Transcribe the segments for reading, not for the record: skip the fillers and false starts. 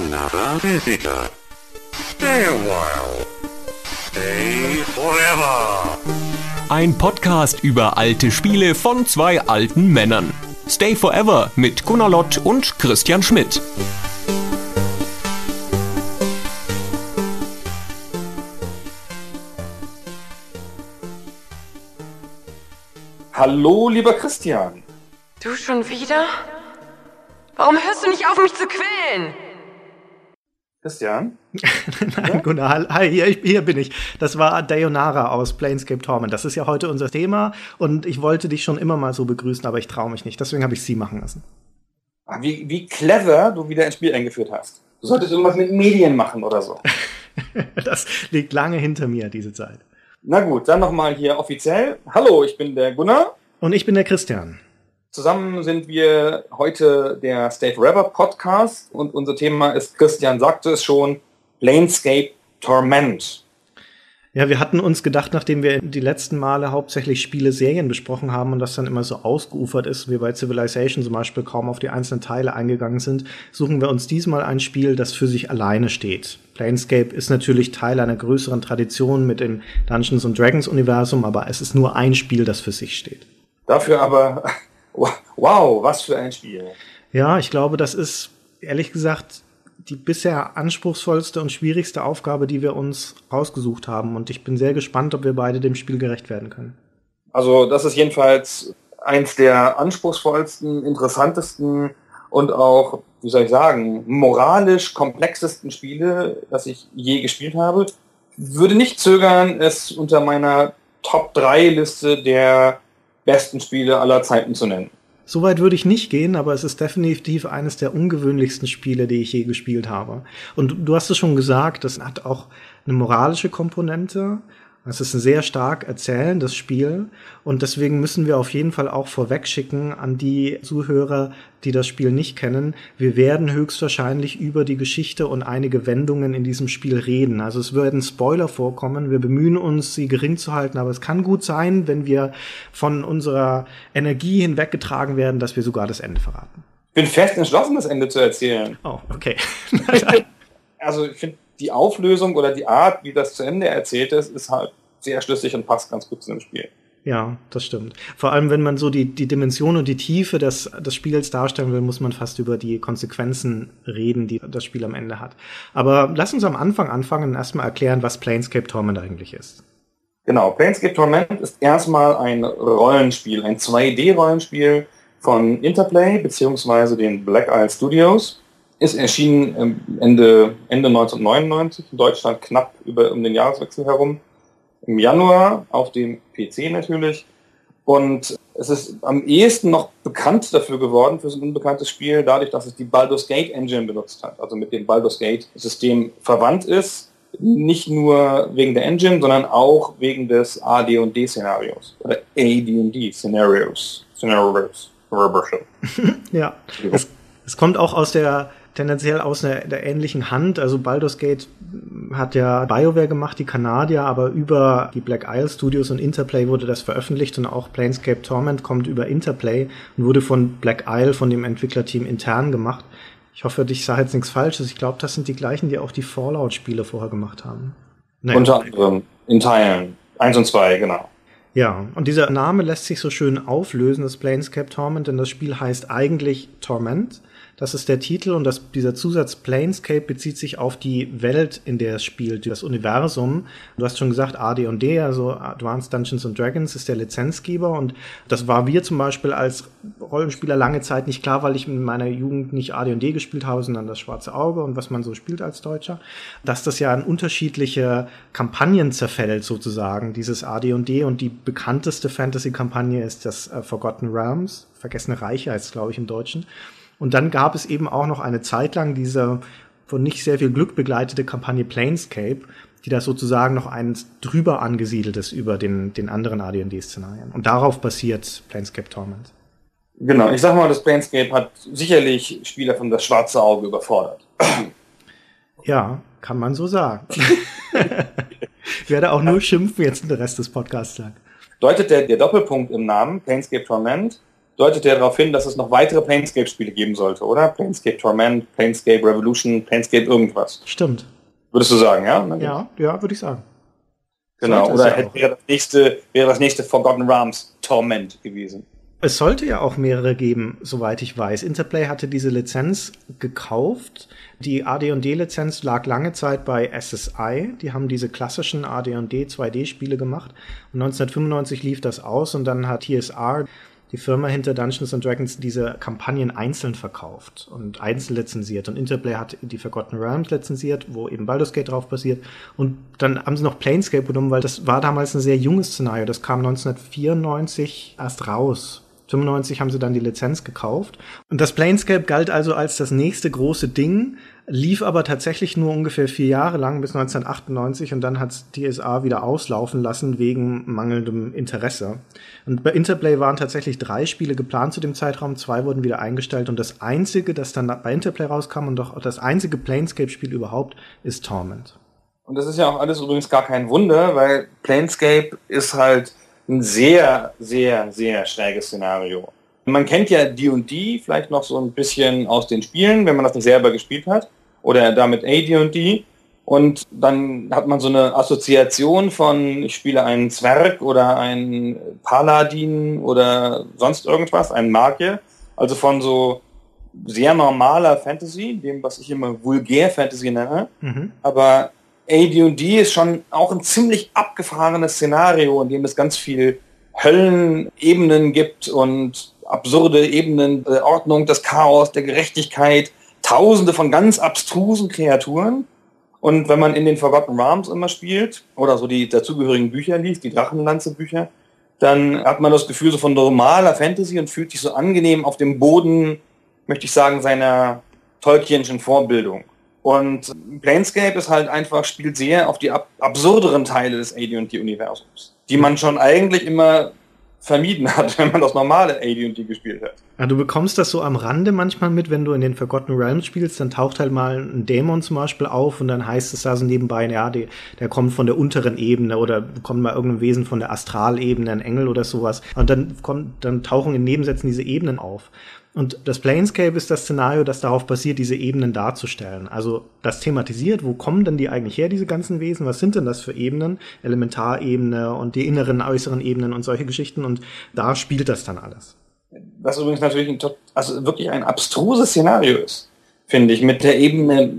another visitor. Stay a while. Stay forever. Ein Podcast über alte Spiele von zwei alten Männern. Stay Forever mit Gunnar Lott und Christian Schmidt. Hallo, lieber Christian. Du schon wieder? Warum hörst du nicht auf, mich zu quälen? Christian? Nein, Gunnar, hi, hier bin ich. Das war Dayonara aus Planescape Torment. Das ist ja heute unser Thema und ich wollte dich schon immer mal so begrüßen, aber ich traue mich nicht. Deswegen habe ich sie machen lassen. Wie clever du wieder ein Spiel eingeführt hast. Du solltest irgendwas mit Medien machen oder so. Das liegt lange hinter mir, diese Zeit. Na gut, dann nochmal hier offiziell. Hallo, ich bin der Gunnar. Und ich bin der Christian. Zusammen sind wir heute der Stay Forever Podcast und unser Thema ist, Christian sagte es schon, Planescape Torment. Ja, wir hatten uns gedacht, nachdem wir die letzten Male hauptsächlich Spiele-Serien besprochen haben und das dann immer so ausgeufert ist, wie bei Civilization zum Beispiel kaum auf die einzelnen Teile eingegangen sind, suchen wir uns diesmal ein Spiel, das für sich alleine steht. Planescape ist natürlich Teil einer größeren Tradition mit dem Dungeons & Dragons Universum, aber es ist nur ein Spiel, das für sich steht. Dafür aber, wow, was für ein Spiel. Ja, ich glaube, das ist, ehrlich gesagt, die bisher anspruchsvollste und schwierigste Aufgabe, die wir uns rausgesucht haben. Und ich bin sehr gespannt, ob wir beide dem Spiel gerecht werden können. Also das ist jedenfalls eins der anspruchsvollsten, interessantesten und auch, wie soll ich sagen, moralisch komplexesten Spiele, das ich je gespielt habe. Würde nicht zögern, es unter meiner Top-3-Liste der besten Spiele aller Zeiten zu nennen. Soweit würde ich nicht gehen, aber es ist definitiv eines der ungewöhnlichsten Spiele, die ich je gespielt habe. Und du hast es schon gesagt, das hat auch eine moralische Komponente. Es ist ein sehr stark erzählendes Spiel und deswegen müssen wir auf jeden Fall auch vorwegschicken an die Zuhörer, die das Spiel nicht kennen. Wir werden höchstwahrscheinlich über die Geschichte und einige Wendungen in diesem Spiel reden. Also es werden Spoiler vorkommen. Wir bemühen uns, sie gering zu halten, aber es kann gut sein, wenn wir von unserer Energie hinweggetragen werden, dass wir sogar das Ende verraten. Ich bin fest entschlossen, das Ende zu erzählen. Oh, okay. Also ich finde, die Auflösung oder die Art, wie das zu Ende erzählt ist halt sehr schlüssig und passt ganz gut zu dem Spiel. Ja, das stimmt. Vor allem, wenn man so die Dimension und die Tiefe des Spiels darstellen will, muss man fast über die Konsequenzen reden, die das Spiel am Ende hat. Aber lass uns am Anfang anfangen und erstmal erklären, was Planescape Torment eigentlich ist. Genau, Planescape Torment ist erstmal ein Rollenspiel, ein 2D-Rollenspiel von Interplay beziehungsweise den Black Isle Studios. Ist erschienen Ende 1999, in Deutschland knapp um den Jahreswechsel herum. Im Januar auf dem PC natürlich. Und es ist am ehesten noch bekannt dafür geworden, für so ein unbekanntes Spiel, dadurch, dass es die Baldur's Gate Engine benutzt hat. Also mit dem Baldur's Gate System verwandt ist. Nicht nur wegen der Engine, sondern auch wegen des AD&D Szenarios. Oder AD&D Szenarios. Ja, es kommt auch tendenziell aus der ähnlichen Hand. Also Baldur's Gate hat ja BioWare gemacht, die Kanadier, aber über die Black Isle Studios und Interplay wurde das veröffentlicht und auch Planescape Torment kommt über Interplay und wurde von Black Isle, von dem Entwicklerteam intern gemacht. Ich hoffe, ich sage jetzt nichts Falsches. Ich glaube, das sind die gleichen, die auch die Fallout-Spiele vorher gemacht haben. Naja. Unter anderem in Teilen. 1 und 2, genau. Ja, und dieser Name lässt sich so schön auflösen, das Planescape Torment, denn das Spiel heißt eigentlich Torment. Das ist der Titel und dieser Zusatz Planescape bezieht sich auf die Welt, in der es spielt, das Universum. Du hast schon gesagt, AD&D, also Advanced Dungeons & Dragons, ist der Lizenzgeber und das war mir zum Beispiel als Rollenspieler lange Zeit nicht klar, weil ich in meiner Jugend nicht AD&D gespielt habe, sondern das Schwarze Auge und was man so spielt als Deutscher, dass das ja in unterschiedliche Kampagnen zerfällt sozusagen, dieses AD&D und die bekannteste Fantasy-Kampagne ist das Forgotten Realms, Vergessene Reiche heißt es, glaube ich, im Deutschen. Und dann gab es eben auch noch eine Zeit lang diese von nicht sehr viel Glück begleitete Kampagne Planescape, die da sozusagen noch eins drüber angesiedelt ist über den anderen AD&D-Szenarien. Und darauf basiert Planescape Torment. Genau, ich sag mal, das Planescape hat sicherlich Spieler von das Schwarze Auge überfordert. Ja, kann man so sagen. Ich werde auch nur schimpfen jetzt den Rest des Podcasts lang. Deutet der Doppelpunkt im Namen, Planescape Torment, deutet ja darauf hin, dass es noch weitere Planescape-Spiele geben sollte, oder? Planescape Torment, Planescape Revolution, Planescape irgendwas. Stimmt. Würdest du sagen, ja? Ja, würde ich sagen. Genau, Sollte oder es wäre das nächste Forgotten Realms Torment gewesen. Es sollte ja auch mehrere geben, soweit ich weiß. Interplay hatte diese Lizenz gekauft. Die AD&D-Lizenz lag lange Zeit bei SSI. Die haben diese klassischen AD&D 2D-Spiele gemacht. Und 1995 lief das aus und dann hat TSR, die Firma hinter Dungeons & Dragons, diese Kampagnen einzeln verkauft und einzeln lizenziert. Und Interplay hat die Forgotten Realms lizenziert, wo eben Baldur's Gate drauf basiert. Und dann haben sie noch Planescape genommen, weil das war damals ein sehr junges Szenario. Das kam 1994 erst raus. 1995 haben sie dann die Lizenz gekauft. Und das Planescape galt also als das nächste große Ding, lief aber tatsächlich nur ungefähr 4 Jahre lang, bis 1998, und dann hat TSR wieder auslaufen lassen wegen mangelndem Interesse. Und bei Interplay waren tatsächlich 3 Spiele geplant zu dem Zeitraum, 2 wurden wieder eingestellt, und das einzige, das dann bei Interplay rauskam und doch das einzige Planescape-Spiel überhaupt, ist Torment. Und das ist ja auch alles übrigens gar kein Wunder, weil Planescape ist halt ein sehr, sehr, sehr schräges Szenario. Man kennt ja D&D vielleicht noch so ein bisschen aus den Spielen, wenn man das nicht selber gespielt hat, oder damit AD&D, und dann hat man so eine Assoziation von, ich spiele einen Zwerg oder einen Paladin oder sonst irgendwas, einen Magier, also von so sehr normaler Fantasy, dem, was ich immer Vulgär-Fantasy nenne, aber AD&D ist schon auch ein ziemlich abgefahrenes Szenario, in dem es ganz viel Höllenebenen gibt und absurde Ebenen, der Ordnung, des Chaos, der Gerechtigkeit, tausende von ganz abstrusen Kreaturen. Und wenn man in den Forgotten Realms immer spielt oder so die dazugehörigen Bücher liest, die Drachenlanze-Bücher, dann hat man das Gefühl so von normaler Fantasy und fühlt sich so angenehm auf dem Boden, möchte ich sagen, seiner Tolkienschen Vorbildung. Und Planescape ist halt einfach, spielt sehr auf die absurderen Teile des AD&D-Universums, die man schon eigentlich immer vermieden hat, wenn man das normale AD&D gespielt hat. Ja, du bekommst das so am Rande manchmal mit, wenn du in den Forgotten Realms spielst, dann taucht halt mal ein Dämon zum Beispiel auf und dann heißt es da so nebenbei, ja, der kommt von der unteren Ebene oder kommt mal irgendein Wesen von der Astralebene, ein Engel oder sowas. Und dann tauchen in Nebensätzen diese Ebenen auf. Und das Planescape ist das Szenario, das darauf basiert, diese Ebenen darzustellen. Also das thematisiert, wo kommen denn die eigentlich her, diese ganzen Wesen? Was sind denn das für Ebenen? Elementarebene und die inneren, äußeren Ebenen und solche Geschichten. Und da spielt das dann alles. Was übrigens natürlich wirklich ein abstruses Szenario ist, finde ich, mit der Ebene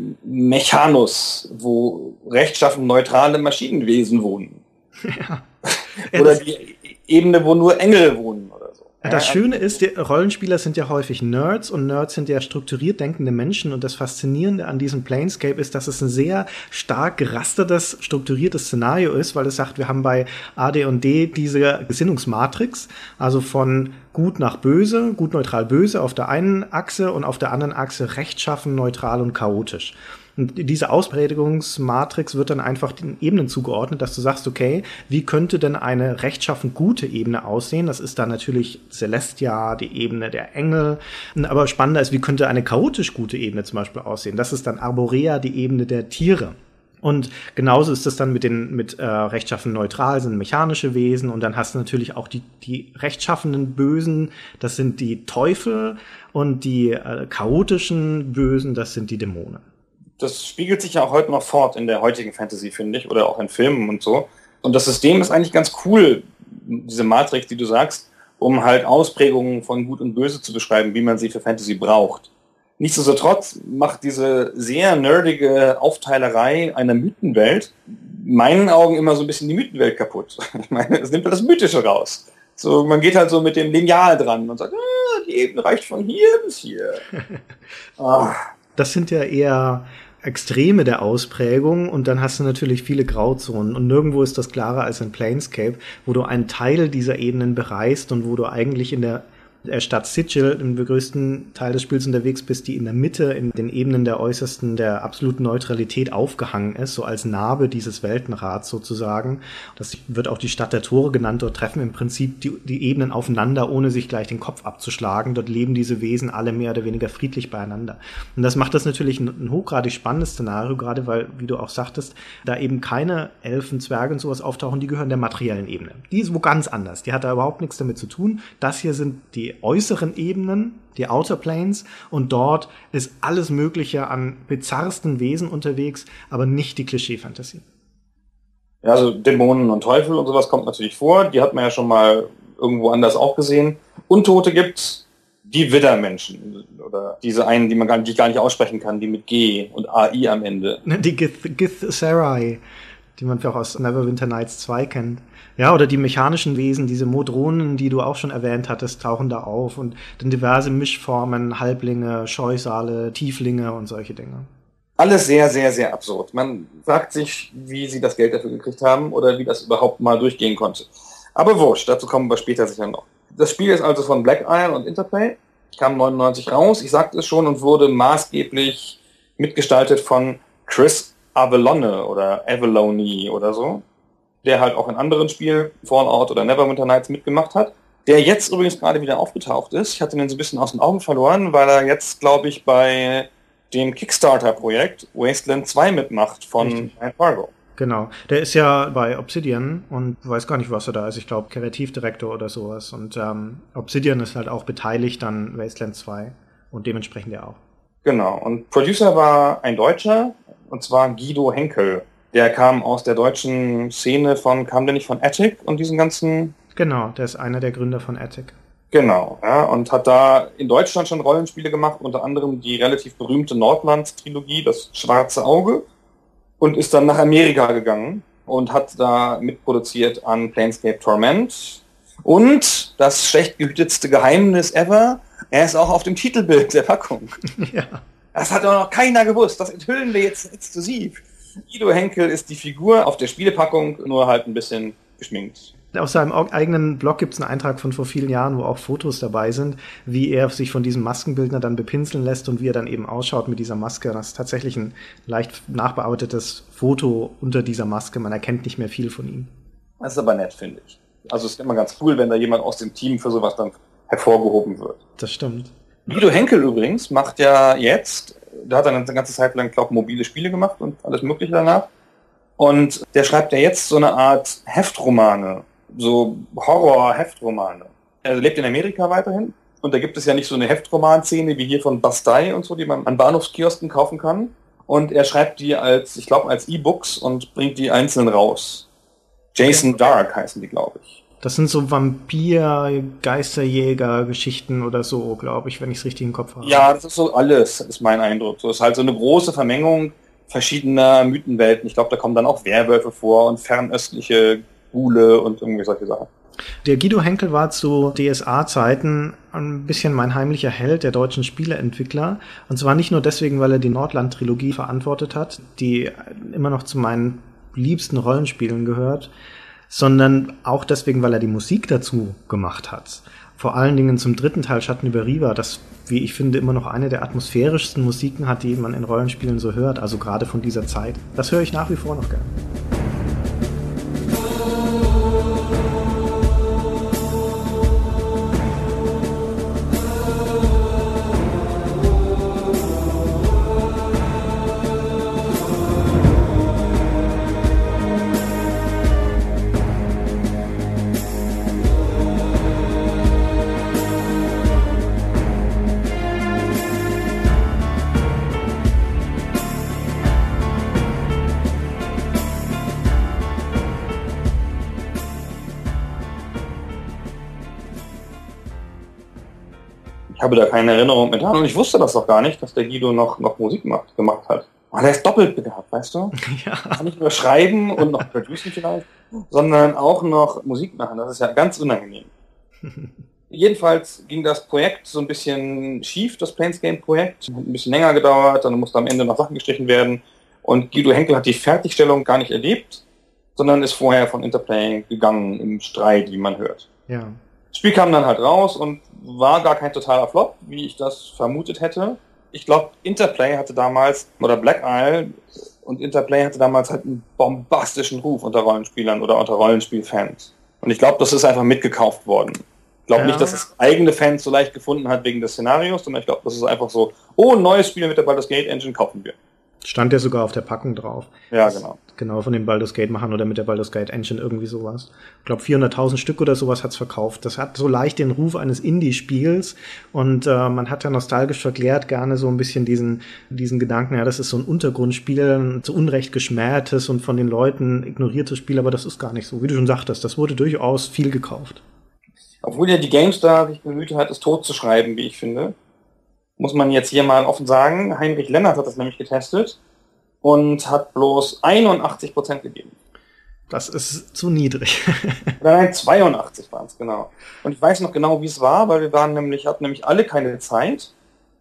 Mechanus, wo rechtschaffen neutrale Maschinenwesen wohnen. Ja. Oder die Ebene, wo nur Engel wohnen oder so. Das Schöne ist, die Rollenspieler sind ja häufig Nerds und Nerds sind ja strukturiert denkende Menschen, und das Faszinierende an diesem Planescape ist, dass es ein sehr stark gerastertes, strukturiertes Szenario ist, weil es sagt, wir haben bei AD&D diese Gesinnungsmatrix, also von gut nach böse, gut, neutral, böse auf der einen Achse und auf der anderen Achse rechtschaffen, neutral und chaotisch. Und diese Ausprägungsmatrix wird dann einfach den Ebenen zugeordnet, dass du sagst, okay, wie könnte denn eine rechtschaffen gute Ebene aussehen? Das ist dann natürlich Celestia, die Ebene der Engel. Aber spannender ist, wie könnte eine chaotisch gute Ebene zum Beispiel aussehen? Das ist dann Arborea, die Ebene der Tiere. Und genauso ist es dann mit rechtschaffen neutral, sind mechanische Wesen, und dann hast du natürlich auch die rechtschaffenen Bösen, das sind die Teufel, und die chaotischen Bösen, das sind die Dämonen. Das spiegelt sich ja auch heute noch fort in der heutigen Fantasy, finde ich, oder auch in Filmen und so. Und das System ist eigentlich ganz cool, diese Matrix, die du sagst, um halt Ausprägungen von Gut und Böse zu beschreiben, wie man sie für Fantasy braucht. Nichtsdestotrotz macht diese sehr nerdige Aufteilerei einer Mythenwelt in meinen Augen immer so ein bisschen die Mythenwelt kaputt. Ich meine, es nimmt halt das Mythische raus. So, man geht halt so mit dem Lineal dran und sagt, die Ebene reicht von hier bis hier. Das sind ja eher Extreme der Ausprägung, und dann hast du natürlich viele Grauzonen, und nirgendwo ist das klarer als in Planescape, wo du einen Teil dieser Ebenen bereist und wo du eigentlich in der Stadt Sigil im größten Teil des Spiels unterwegs bist, die in der Mitte, in den Ebenen der äußersten, der absoluten Neutralität aufgehangen ist, so als Narbe dieses Weltenrats sozusagen. Das wird auch die Stadt der Tore genannt. Dort treffen im Prinzip die Ebenen aufeinander, ohne sich gleich den Kopf abzuschlagen. Dort leben diese Wesen alle mehr oder weniger friedlich beieinander. Und das macht das natürlich ein hochgradig spannendes Szenario, gerade weil, wie du auch sagtest, da eben keine Elfen, Zwerge und sowas auftauchen, die gehören der materiellen Ebene. Die ist wo ganz anders. Die hat da überhaupt nichts damit zu tun. Das hier sind die die äußeren Ebenen, die Outer Planes, und dort ist alles Mögliche an bizarrsten Wesen unterwegs, aber nicht die Klischee-Fantasie. Ja, also Dämonen und Teufel und sowas kommt natürlich vor. Die hat man ja schon mal irgendwo anders auch gesehen. Untote gibt's, die Widdermenschen oder diese einen, die ich gar nicht aussprechen kann, die mit G und AI am Ende. Die Githzerai, die man auch aus Neverwinter Nights 2 kennt. Ja, oder die mechanischen Wesen, diese Modronen, die du auch schon erwähnt hattest, tauchen da auf, und dann diverse Mischformen, Halblinge, Scheusale, Tieflinge und solche Dinge. Alles sehr, sehr, sehr absurd. Man fragt sich, wie sie das Geld dafür gekriegt haben oder wie das überhaupt mal durchgehen konnte. Aber wurscht, dazu kommen wir später sicher noch. Das Spiel ist also von Black Isle und Interplay, kam 99 raus, ich sagte es schon, und wurde maßgeblich mitgestaltet von Chris Avellone oder Avellone oder so, der halt auch in anderen Spielen, Fallout oder Neverwinter Nights, mitgemacht hat, der jetzt übrigens gerade wieder aufgetaucht ist. Ich hatte ihn so ein bisschen aus den Augen verloren, weil er jetzt, glaube ich, bei dem Kickstarter-Projekt Wasteland 2 mitmacht von Fargo. Genau, der ist ja bei Obsidian und weiß gar nicht, was er da ist. Ich glaube, Kreativdirektor oder sowas. Und Obsidian ist halt auch beteiligt an Wasteland 2 und dementsprechend er auch. Genau, und Producer war ein Deutscher, und zwar Guido Henkel. Der kam aus der deutschen Szene kam der nicht von Attic und diesen ganzen... Genau, der ist einer der Gründer von Attic. Genau, ja, und hat da in Deutschland schon Rollenspiele gemacht, unter anderem die relativ berühmte Nordland-Trilogie, das Schwarze Auge, und ist dann nach Amerika gegangen und hat da mitproduziert an Planescape Torment. Und das schlecht gehütetste Geheimnis ever, er ist auch auf dem Titelbild der Packung. Ja. Das hat auch noch keiner gewusst, das enthüllen wir jetzt exklusiv. Guido Henkel ist die Figur auf der Spielepackung, nur halt ein bisschen geschminkt. Auf seinem eigenen Blog gibt es einen Eintrag von vor vielen Jahren, wo auch Fotos dabei sind, wie er sich von diesem Maskenbildner dann bepinseln lässt und wie er dann eben ausschaut mit dieser Maske. Das ist tatsächlich ein leicht nachbearbeitetes Foto unter dieser Maske. Man erkennt nicht mehr viel von ihm. Das ist aber nett, finde ich. Also es ist immer ganz cool, wenn da jemand aus dem Team für sowas dann hervorgehoben wird. Das stimmt. Guido Henkel übrigens macht ja jetzt, der hat dann eine ganze Zeit lang, glaube ich, mobile Spiele gemacht und alles Mögliche danach. Und der schreibt ja jetzt so eine Art Heftromane, so Horror-Heftromane. Er lebt in Amerika weiterhin und da gibt es ja nicht so eine Heftroman-Szene wie hier von Bastei und so, die man an Bahnhofskiosken kaufen kann. Und er schreibt die als E-Books und bringt die einzeln raus. Jason Dark heißen die, glaube ich. Das sind so Vampir-, Geisterjäger-Geschichten oder so, glaube ich, wenn ich es richtig im Kopf habe. Ja, das ist so alles, ist mein Eindruck. So ist halt so eine große Vermengung verschiedener Mythenwelten. Ich glaube, da kommen dann auch Werwölfe vor und fernöstliche Ghule und irgendwie solche Sachen. Der Guido Henkel war zu DSA-Zeiten ein bisschen mein heimlicher Held der deutschen Spieleentwickler. Und zwar nicht nur deswegen, weil er die Nordland-Trilogie verantwortet hat, die immer noch zu meinen liebsten Rollenspielen gehört, sondern auch deswegen, weil er die Musik dazu gemacht hat. Vor allen Dingen zum dritten Teil Schatten über Riva, das, wie ich finde, immer noch eine der atmosphärischsten Musiken hat, die man in Rollenspielen so hört, also gerade von dieser Zeit. Das höre ich nach wie vor noch gerne. Ich habe da keine Erinnerung mit an und ich wusste das doch gar nicht, dass der Guido noch Musik gemacht hat. Oh, der ist doppelt begabt, weißt du? Ja. Kann nicht nur schreiben und noch producen vielleicht, sondern auch noch Musik machen. Das ist ja ganz unangenehm. Jedenfalls ging das Projekt so ein bisschen schief, das Planescape-Projekt. Hat ein bisschen länger gedauert, dann musste am Ende noch Sachen gestrichen werden. Und Guido Henkel hat die Fertigstellung gar nicht erlebt, sondern ist vorher von Interplay gegangen im Streit, wie man hört. Ja. Das Spiel kam dann halt raus und war gar kein totaler Flop, wie ich das vermutet hätte. Ich glaube, Interplay hatte damals, oder Black Isle und Interplay hatte damals halt einen bombastischen Ruf unter Rollenspielern oder unter Rollenspielfans. Und ich glaube, das ist einfach mitgekauft worden. Ich glaube nicht, dass es eigene Fans so leicht gefunden hat wegen des Szenarios, sondern ich glaube, das ist einfach so, oh, ein neues Spiel mit der Baldur's Gate Engine kaufen wir. Stand ja sogar auf der Packung drauf. Ja, genau. Genau, von den Baldur's Gate-Machern oder mit der Baldur's Gate Engine, irgendwie sowas. Ich glaube, 400.000 Stück oder sowas hat's verkauft. Das hat so leicht den Ruf eines Indie-Spiels und man hat ja nostalgisch verklärt gerne so ein bisschen diesen Gedanken, ja, das ist so ein Untergrundspiel, ein zu Unrecht geschmähtes und von den Leuten ignoriertes Spiel, aber das ist gar nicht so. Wie du schon sagtest, das wurde durchaus viel gekauft. Obwohl ja die GameStar sich bemüht hat, es tot zu schreiben, wie ich finde, muss man jetzt hier mal offen sagen, Heinrich Lennart hat das nämlich getestet und hat bloß 81% gegeben. Das ist zu niedrig. Nein, 82 waren es, genau. Und ich weiß noch genau, wie es war, weil wir hatten nämlich alle keine Zeit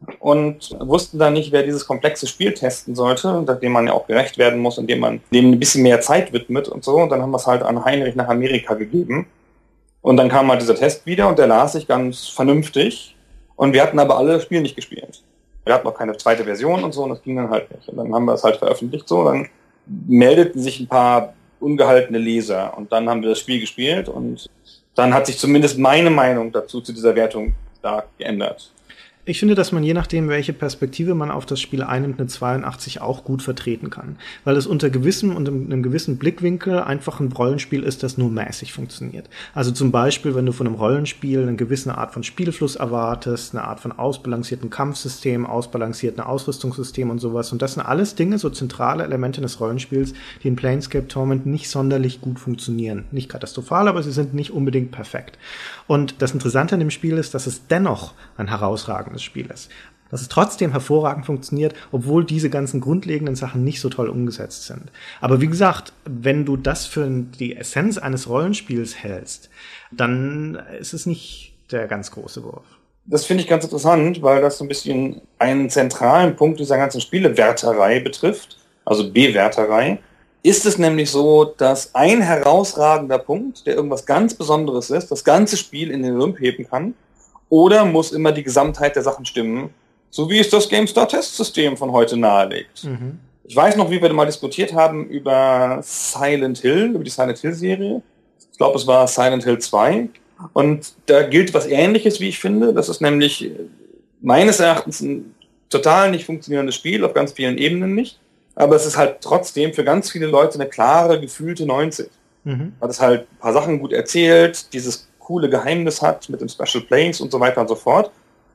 und wussten dann nicht, wer dieses komplexe Spiel testen sollte, dem man ja auch gerecht werden muss, indem man dem ein bisschen mehr Zeit widmet und so. Und dann haben wir es halt an Heinrich nach Amerika gegeben. Und dann kam halt dieser Test wieder und der las sich ganz vernünftig. Und wir hatten aber alle das Spiel nicht gespielt. Wir hatten noch keine zweite Version und so, und das ging dann halt nicht. Und dann haben wir es halt veröffentlicht so, dann meldeten sich ein paar ungehaltene Leser und dann haben wir das Spiel gespielt und dann hat sich zumindest meine Meinung dazu zu dieser Wertung da geändert. Ich finde, dass man je nachdem, welche Perspektive man auf das Spiel einnimmt, eine 82 auch gut vertreten kann. Weil es unter gewissem und einem gewissen Blickwinkel einfach ein Rollenspiel ist, das nur mäßig funktioniert. Also zum Beispiel, wenn du von einem Rollenspiel eine gewisse Art von Spielfluss erwartest, eine Art von ausbalancierten Kampfsystem, ausbalancierten Ausrüstungssystem und sowas. Und das sind alles Dinge, so zentrale Elemente des Rollenspiels, die in Planescape Torment nicht sonderlich gut funktionieren. Nicht katastrophal, aber sie sind nicht unbedingt perfekt. Und das Interessante an dem Spiel ist, dass es dennoch ein herausragendes Spiel ist. Dass es trotzdem hervorragend funktioniert, obwohl diese ganzen grundlegenden Sachen nicht so toll umgesetzt sind. Aber wie gesagt, wenn du das für die Essenz eines Rollenspiels hältst, dann ist es nicht der ganz große Wurf. Das finde ich ganz interessant, weil das so ein bisschen einen zentralen Punkt dieser ganzen Spielewärterei betrifft, also Bewerterei. Ist es nämlich so, dass ein herausragender Punkt, der irgendwas ganz Besonderes ist, das ganze Spiel in den Olymp heben kann? Oder muss immer die Gesamtheit der Sachen stimmen, so wie es das GameStar-Testsystem von heute nahelegt? Mhm. Ich weiß noch, wie wir mal diskutiert haben über Silent Hill, über die Silent Hill-Serie. Ich glaube, es war Silent Hill 2. Und da gilt was Ähnliches, wie ich finde. Das ist nämlich meines Erachtens ein total nicht funktionierendes Spiel, auf ganz vielen Ebenen nicht. Aber es ist halt trotzdem für ganz viele Leute eine klare, gefühlte 90. Mhm. Weil es halt ein paar Sachen gut erzählt, dieses coole Geheimnis hat mit dem Special Place und so weiter und so fort.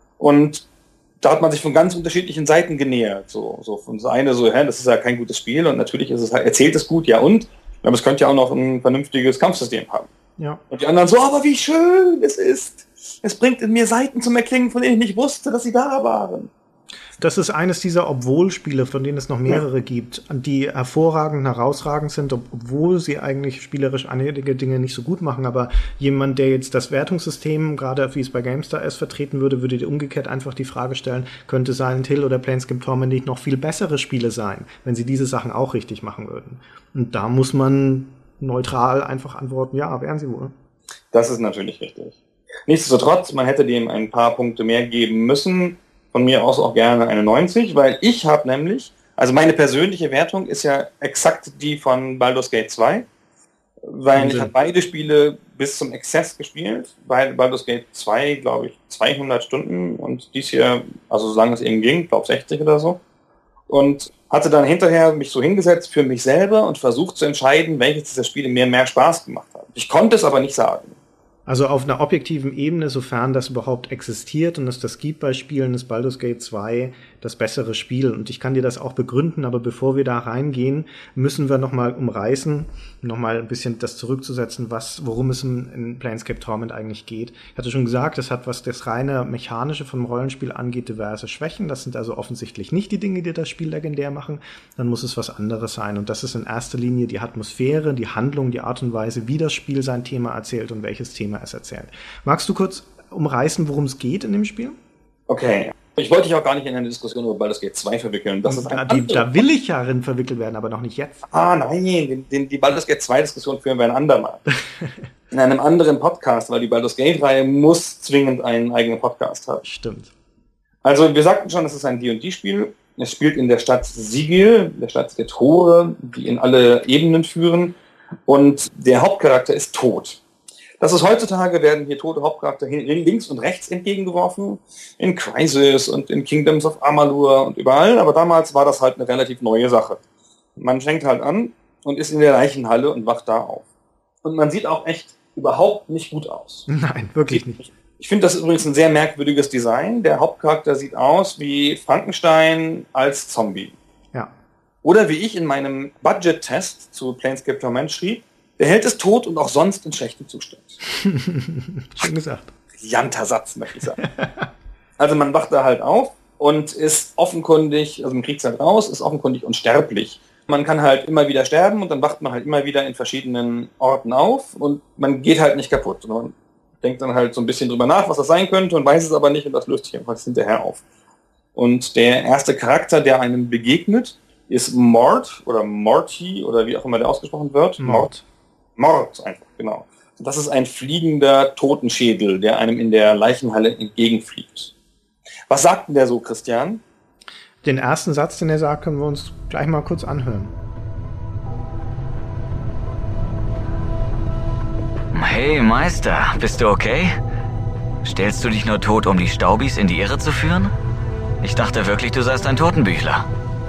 Und da hat man sich von ganz unterschiedlichen Seiten genähert. So von so eine so, das ist ja kein gutes Spiel und natürlich ist es halt, erzählt es gut, ja und? Aber es könnte ja auch noch ein vernünftiges Kampfsystem haben. Ja. Und die anderen so, aber wie schön es ist. Es bringt in mir Seiten zum Erklingen, von denen ich nicht wusste, dass sie da waren. Das ist eines dieser Obwohl-Spiele, von denen es noch mehrere gibt, die hervorragend, herausragend sind, obwohl sie eigentlich spielerisch einige Dinge nicht so gut machen. Aber jemand, der jetzt das Wertungssystem, gerade wie es bei GameStar ist, vertreten würde, würde dir umgekehrt einfach die Frage stellen, könnte Silent Hill oder Planescape Torment nicht noch viel bessere Spiele sein, wenn sie diese Sachen auch richtig machen würden? Und da muss man neutral einfach antworten, ja, wären sie wohl. Das ist natürlich richtig. Nichtsdestotrotz, man hätte dem ein paar Punkte mehr geben müssen. Von mir aus auch gerne eine 90, weil ich habe nämlich, also meine persönliche Wertung ist ja exakt die von Baldur's Gate 2, weil ich habe beide Spiele bis zum Exzess gespielt, bei Baldur's Gate 2, glaube ich, 200 Stunden und dies hier, also solange es eben ging, glaube 60 oder so, und hatte dann hinterher mich so hingesetzt für mich selber und versucht zu entscheiden, welches dieser Spiele mir mehr Spaß gemacht hat. Ich konnte es aber nicht sagen. Also auf einer objektiven Ebene, sofern das überhaupt existiert und es das gibt bei Spielen, ist Baldur's Gate 2 das bessere Spiel. Und ich kann dir das auch begründen, aber bevor wir da reingehen, müssen wir nochmal umreißen, nochmal ein bisschen das zurückzusetzen, worum es in Planescape Torment eigentlich geht. Ich hatte schon gesagt, es hat, was das reine Mechanische vom Rollenspiel angeht, diverse Schwächen. Das sind also offensichtlich nicht die Dinge, die das Spiel legendär machen. Dann muss es was anderes sein. Und das ist in erster Linie die Atmosphäre, die Handlung, die Art und Weise, wie das Spiel sein Thema erzählt und welches Thema es erzählt. Magst du kurz umreißen, worum es geht in dem Spiel? Okay. Ich wollte dich auch gar nicht in eine Diskussion über Baldur's Gate 2 verwickeln. Das ist da will ich ja drin verwickelt werden, aber noch nicht jetzt. Nein, die Baldur's Gate 2 Diskussion führen wir ein andermal. In einem anderen Podcast, weil die Baldur's Gate Reihe muss zwingend einen eigenen Podcast haben. Stimmt. Also wir sagten schon, es ist ein D&D-Spiel. Es spielt in der Stadt Sigil, der Stadt der Tore, die in alle Ebenen führen. Und der Hauptcharakter ist tot. Das ist heutzutage, werden hier tote Hauptcharakter links und rechts entgegengeworfen, in Crysis und in Kingdoms of Amalur und überall, aber damals war das halt eine relativ neue Sache. Man fängt halt an und ist in der Leichenhalle und wacht da auf. Und man sieht auch echt überhaupt nicht gut aus. Nein, wirklich nicht. Ich finde das übrigens ein sehr merkwürdiges Design. Der Hauptcharakter sieht aus wie Frankenstein als Zombie. Ja. Oder wie ich in meinem Budget-Test zu Planescape Torment schrieb, der Held ist tot und auch sonst in schlechtem Zustand. Schön gesagt. Brillanter Satz, möchte ich sagen. Also man wacht da halt auf und ist offenkundig, also man kriegt es halt raus, ist offenkundig unsterblich. Man kann halt immer wieder sterben und dann wacht man halt immer wieder in verschiedenen Orten auf und man geht halt nicht kaputt. Und man denkt dann halt so ein bisschen drüber nach, was das sein könnte und weiß es aber nicht und das löst sich einfach hinterher auf. Und der erste Charakter, der einem begegnet, ist Mort oder Morty oder wie auch immer der ausgesprochen wird. Mort einfach, genau. Und das ist ein fliegender Totenschädel, der einem in der Leichenhalle entgegenfliegt. Was sagt denn der so, Christian? Den ersten Satz, den er sagt, können wir uns gleich mal kurz anhören. Hey Meister, bist du okay? Stellst du dich nur tot, um die Staubis in die Irre zu führen? Ich dachte wirklich, du seist ein Totenbüchler.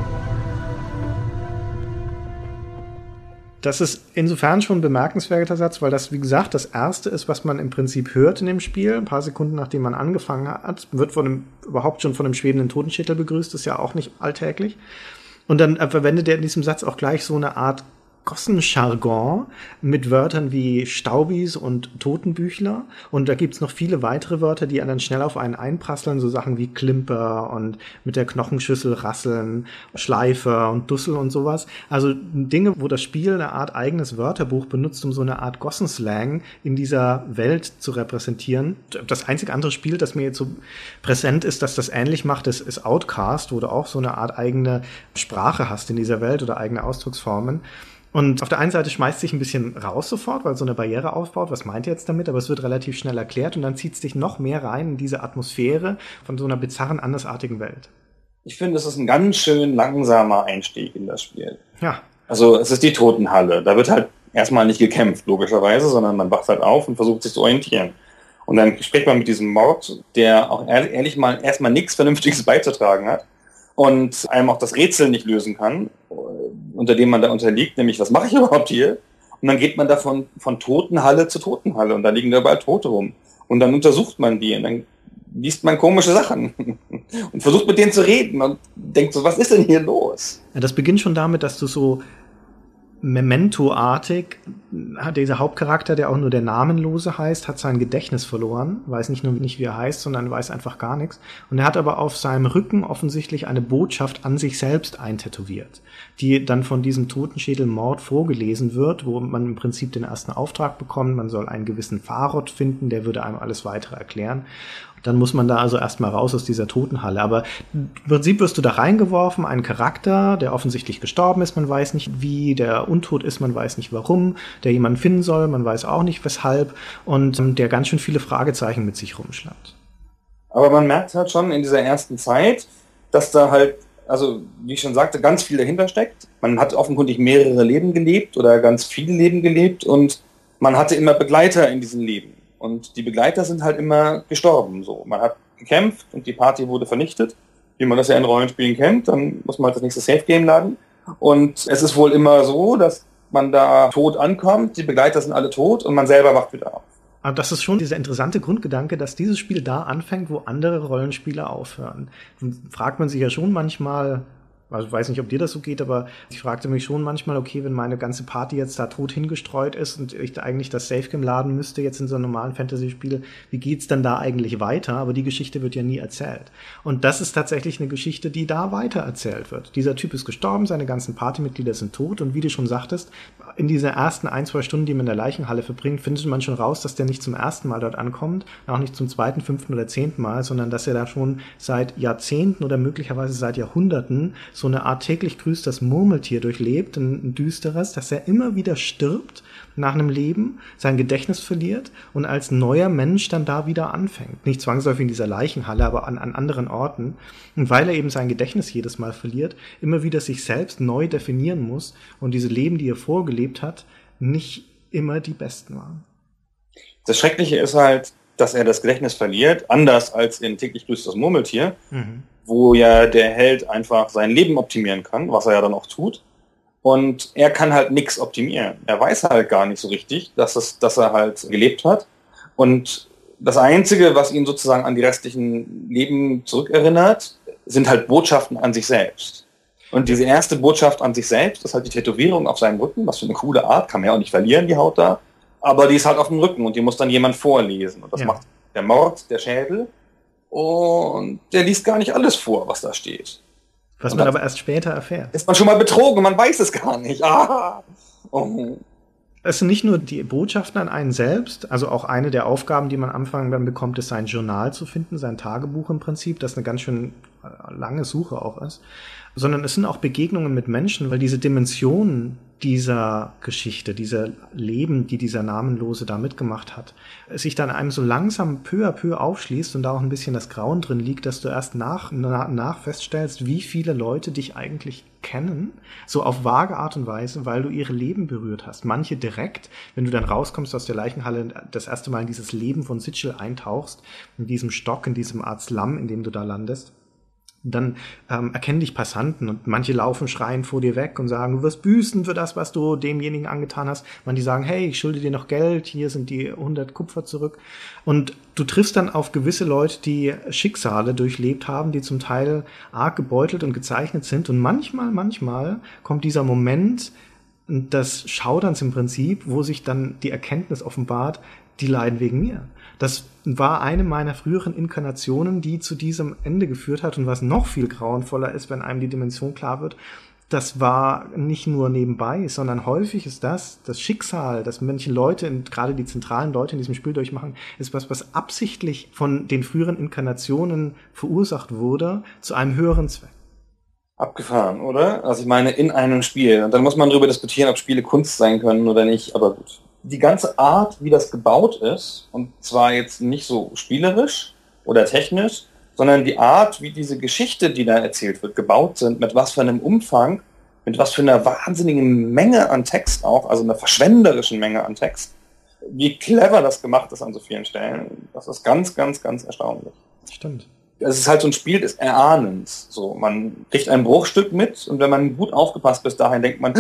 Das ist insofern schon ein bemerkenswerter Satz, weil das, wie gesagt, das Erste ist, was man im Prinzip hört in dem Spiel. Ein paar Sekunden, nachdem man angefangen hat, wird überhaupt schon von einem schwebenden Totenschädel begrüßt. Das ist ja auch nicht alltäglich. Und dann verwendet er in diesem Satz auch gleich so eine Art Gossenjargon mit Wörtern wie Staubis und Totenbüchler. Und da gibt's noch viele weitere Wörter, die dann schnell auf einen einprasseln, so Sachen wie Klimper und mit der Knochenschüssel rasseln, Schleifer und Dussel und sowas. Also Dinge, wo das Spiel eine Art eigenes Wörterbuch benutzt, um so eine Art Gossenslang in dieser Welt zu repräsentieren. Das einzige andere Spiel, das mir jetzt so präsent ist, dass das ähnlich macht, ist Outcast, wo du auch so eine Art eigene Sprache hast in dieser Welt oder eigene Ausdrucksformen. Und auf der einen Seite schmeißt sich ein bisschen raus sofort, weil so eine Barriere aufbaut. Was meint ihr jetzt damit? Aber es wird relativ schnell erklärt und dann zieht es dich noch mehr rein in diese Atmosphäre von so einer bizarren, andersartigen Welt. Ich finde, es ist ein ganz schön langsamer Einstieg in das Spiel. Ja. Also es ist die Totenhalle. Da wird halt erstmal nicht gekämpft, logischerweise, sondern man wacht halt auf und versucht sich zu orientieren. Und dann spricht man mit diesem Mord, der auch ehrlich mal erstmal nichts Vernünftiges beizutragen hat und einem auch das Rätsel nicht lösen kann, unter dem man da unterliegt, nämlich was mache ich überhaupt hier? Und dann geht man da von Totenhalle zu Totenhalle und da liegen da überall Tote rum. Und dann untersucht man die und dann liest man komische Sachen und versucht mit denen zu reden und denkt so, was ist denn hier los? Ja, das beginnt schon damit, dass du so Memento-artig hat dieser Hauptcharakter, der auch nur der Namenlose heißt, hat sein Gedächtnis verloren, weiß nicht nur nicht, wie er heißt, sondern weiß einfach gar nichts. Und er hat aber auf seinem Rücken offensichtlich eine Botschaft an sich selbst eintätowiert, die dann von diesem Totenschädel Mord vorgelesen wird, wo man im Prinzip den ersten Auftrag bekommt, man soll einen gewissen Pharod finden, der würde einem alles weitere erklären. Dann muss man da also erstmal raus aus dieser Totenhalle. Aber im Prinzip wirst du da reingeworfen, ein Charakter, der offensichtlich gestorben ist, man weiß nicht wie, der untot ist, man weiß nicht warum, der jemanden finden soll, man weiß auch nicht weshalb und der ganz schön viele Fragezeichen mit sich rumschleppt. Aber man merkt halt schon in dieser ersten Zeit, dass da halt, also wie ich schon sagte, ganz viel dahinter steckt. Man hat offenkundig mehrere Leben gelebt oder ganz viele Leben gelebt und man hatte immer Begleiter in diesen Leben. Und die Begleiter sind halt immer gestorben. So, man hat gekämpft und die Party wurde vernichtet, wie man das ja in Rollenspielen kennt. Dann muss man halt das nächste Safe-Game laden. Und es ist wohl immer so, dass man da tot ankommt, die Begleiter sind alle tot und man selber wacht wieder auf. Aber das ist schon dieser interessante Grundgedanke, dass dieses Spiel da anfängt, wo andere Rollenspiele aufhören. Dann fragt man sich ja schon manchmal, also ich weiß nicht, ob dir das so geht, aber ich fragte mich schon manchmal, okay, wenn meine ganze Party jetzt da tot hingestreut ist und ich da eigentlich das Safe-Game laden müsste jetzt in so einem normalen Fantasy-Spiel, wie geht's dann da eigentlich weiter? Aber die Geschichte wird ja nie erzählt. Und das ist tatsächlich eine Geschichte, die da weiter erzählt wird. Dieser Typ ist gestorben, seine ganzen Partymitglieder sind tot und wie du schon sagtest, in dieser ersten 1-2 Stunden, die man in der Leichenhalle verbringt, findet man schon raus, dass der nicht zum ersten Mal dort ankommt, auch nicht zum 2., 5. oder 10. Mal, sondern dass er da schon seit Jahrzehnten oder möglicherweise seit Jahrhunderten so eine Art täglich grüßt das Murmeltier durchlebt, ein düsteres, dass er immer wieder stirbt nach einem Leben, sein Gedächtnis verliert und als neuer Mensch dann da wieder anfängt. Nicht zwangsläufig in dieser Leichenhalle, aber an anderen Orten. Und weil er eben sein Gedächtnis jedes Mal verliert, immer wieder sich selbst neu definieren muss und diese Leben, die er vorgelebt hat, nicht immer die besten waren. Das Schreckliche ist halt, dass er das Gedächtnis verliert, anders als in Täglich grüßt das Murmeltier, wo ja der Held einfach sein Leben optimieren kann, was er ja dann auch tut. Und er kann halt nichts optimieren. Er weiß halt gar nicht so richtig, dass er halt gelebt hat. Und das Einzige, was ihn sozusagen an die restlichen Leben zurückerinnert, sind halt Botschaften an sich selbst. Und diese erste Botschaft an sich selbst ist halt die Tätowierung auf seinem Rücken, was für eine coole Art, kann man ja auch nicht verlieren, die Haut da. Aber die ist halt auf dem Rücken und die muss dann jemand vorlesen. Und das macht der Mord, der Schädel. Und der liest gar nicht alles vor, was da steht. Was man aber erst später erfährt. Ist man schon mal betrogen, man weiß es gar nicht. Ah. Oh. Es sind nicht nur die Botschaften an einen selbst, also auch eine der Aufgaben, die man am Anfang dann bekommt, ist sein Journal zu finden, sein Tagebuch im Prinzip, das eine ganz schön lange Suche auch ist, sondern es sind auch Begegnungen mit Menschen, weil diese Dimension dieser Geschichte, dieser Leben, die dieser Namenlose da mitgemacht hat, sich dann einem so langsam peu à peu aufschließt und da auch ein bisschen das Grauen drin liegt, dass du erst nach feststellst, wie viele Leute dich eigentlich kennen, so auf vage Art und Weise, weil du ihre Leben berührt hast. Manche direkt, wenn du dann rauskommst aus der Leichenhalle, das erste Mal in dieses Leben von Sitchell eintauchst, in diesem Stock, in diesem Art Slum, in dem du da landest. Dann erkennen dich Passanten und manche laufen schreien vor dir weg und sagen, du wirst büßen für das, was du demjenigen angetan hast. Manche sagen, hey, ich schulde dir noch Geld, hier sind die 100 Kupfer zurück. Und du triffst dann auf gewisse Leute, die Schicksale durchlebt haben, die zum Teil arg gebeutelt und gezeichnet sind. Und manchmal kommt dieser Moment des Schauderns im Prinzip, wo sich dann die Erkenntnis offenbart, die leiden wegen mir. Das war eine meiner früheren Inkarnationen, die zu diesem Ende geführt hat. Und was noch viel grauenvoller ist, wenn einem die Dimension klar wird, das war nicht nur nebenbei, sondern häufig ist das Schicksal, das manche Leute, gerade die zentralen Leute in diesem Spiel durchmachen, ist was absichtlich von den früheren Inkarnationen verursacht wurde, zu einem höheren Zweck. Abgefahren, oder? Also ich meine, in einem Spiel. Und dann muss man darüber diskutieren, ob Spiele Kunst sein können oder nicht, aber gut. Die ganze Art, wie das gebaut ist, und zwar jetzt nicht so spielerisch oder technisch, sondern die Art, wie diese Geschichte, die da erzählt wird, gebaut sind, mit was für einem Umfang, mit was für einer wahnsinnigen Menge an Text auch, also einer verschwenderischen Menge an Text, wie clever das gemacht ist an so vielen Stellen, das ist ganz, ganz, ganz erstaunlich. Stimmt. Es ist halt so ein Spiel des Erahnens. So, man kriegt ein Bruchstück mit und wenn man gut aufgepasst bis dahin, denkt man,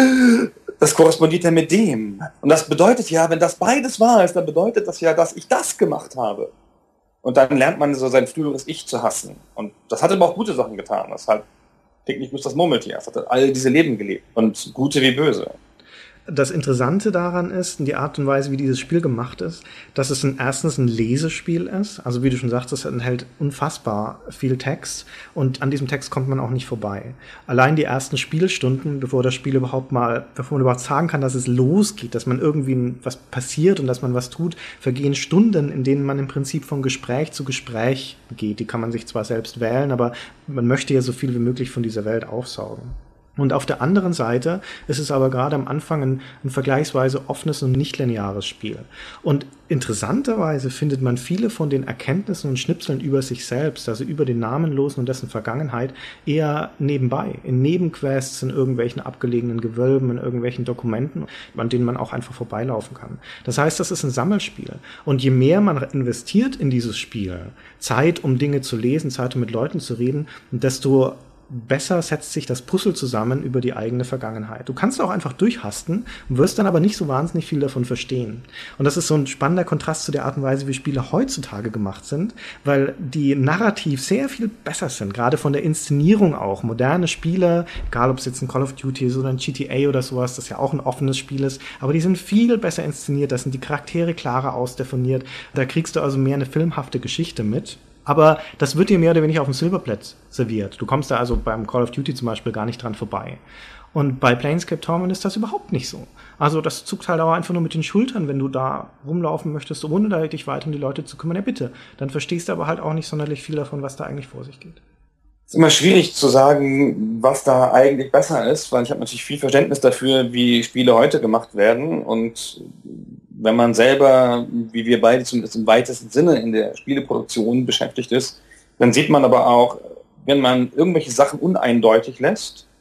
das korrespondiert ja mit dem. Und das bedeutet ja, wenn das beides wahr ist, dann bedeutet das ja, dass ich das gemacht habe. Und dann lernt man so sein früheres Ich zu hassen. Und das hat aber auch gute Sachen getan. Das hat Täglich grüßt das Murmeltier. Das hat all diese Leben gelebt. Und gute wie böse. Das Interessante daran ist, die Art und Weise, wie dieses Spiel gemacht ist, dass es erstens ein Lesespiel ist. Also wie du schon sagst, es enthält unfassbar viel Text und an diesem Text kommt man auch nicht vorbei. Allein die ersten Spielstunden, bevor man überhaupt sagen kann, dass es losgeht, dass man irgendwie was passiert und dass man was tut, vergehen Stunden, in denen man im Prinzip von Gespräch zu Gespräch geht. Die kann man sich zwar selbst wählen, aber man möchte ja so viel wie möglich von dieser Welt aufsaugen. Und auf der anderen Seite ist es aber gerade am Anfang ein vergleichsweise offenes und nicht lineares Spiel. Und interessanterweise findet man viele von den Erkenntnissen und Schnipseln über sich selbst, also über den Namenlosen und dessen Vergangenheit, eher nebenbei, in Nebenquests, in irgendwelchen abgelegenen Gewölben, in irgendwelchen Dokumenten, an denen man auch einfach vorbeilaufen kann. Das heißt, das ist ein Sammelspiel. Und je mehr man investiert in dieses Spiel, Zeit, um Dinge zu lesen, Zeit, um mit Leuten zu reden, desto besser setzt sich das Puzzle zusammen über die eigene Vergangenheit. Du kannst auch einfach durchhasten, wirst dann aber nicht so wahnsinnig viel davon verstehen. Und das ist so ein spannender Kontrast zu der Art und Weise, wie Spiele heutzutage gemacht sind, weil die narrativ sehr viel besser sind, gerade von der Inszenierung auch. Moderne Spiele, egal ob es jetzt ein Call of Duty ist oder ein GTA oder sowas, das ja auch ein offenes Spiel ist, aber die sind viel besser inszeniert, da sind die Charaktere klarer ausdefiniert, da kriegst du also mehr eine filmhafte Geschichte mit. Aber das wird dir mehr oder weniger auf dem Silberbrett serviert. Du kommst da also beim Call of Duty zum Beispiel gar nicht dran vorbei. Und bei Planescape Torment ist das überhaupt nicht so. Also das zuckt halt auch einfach nur mit den Schultern, wenn du da rumlaufen möchtest, ohne da dich weiter um die Leute zu kümmern. Ja bitte, dann verstehst du aber halt auch nicht sonderlich viel davon, was da eigentlich vor sich geht. Es ist immer schwierig zu sagen, was da eigentlich besser ist, weil ich habe natürlich viel Verständnis dafür, wie Spiele heute gemacht werden. Und wenn man selber, wie wir beide zumindest im weitesten Sinne in der Spieleproduktion beschäftigt ist, dann sieht man aber auch, wenn man irgendwelche Sachen uneindeutig lässt,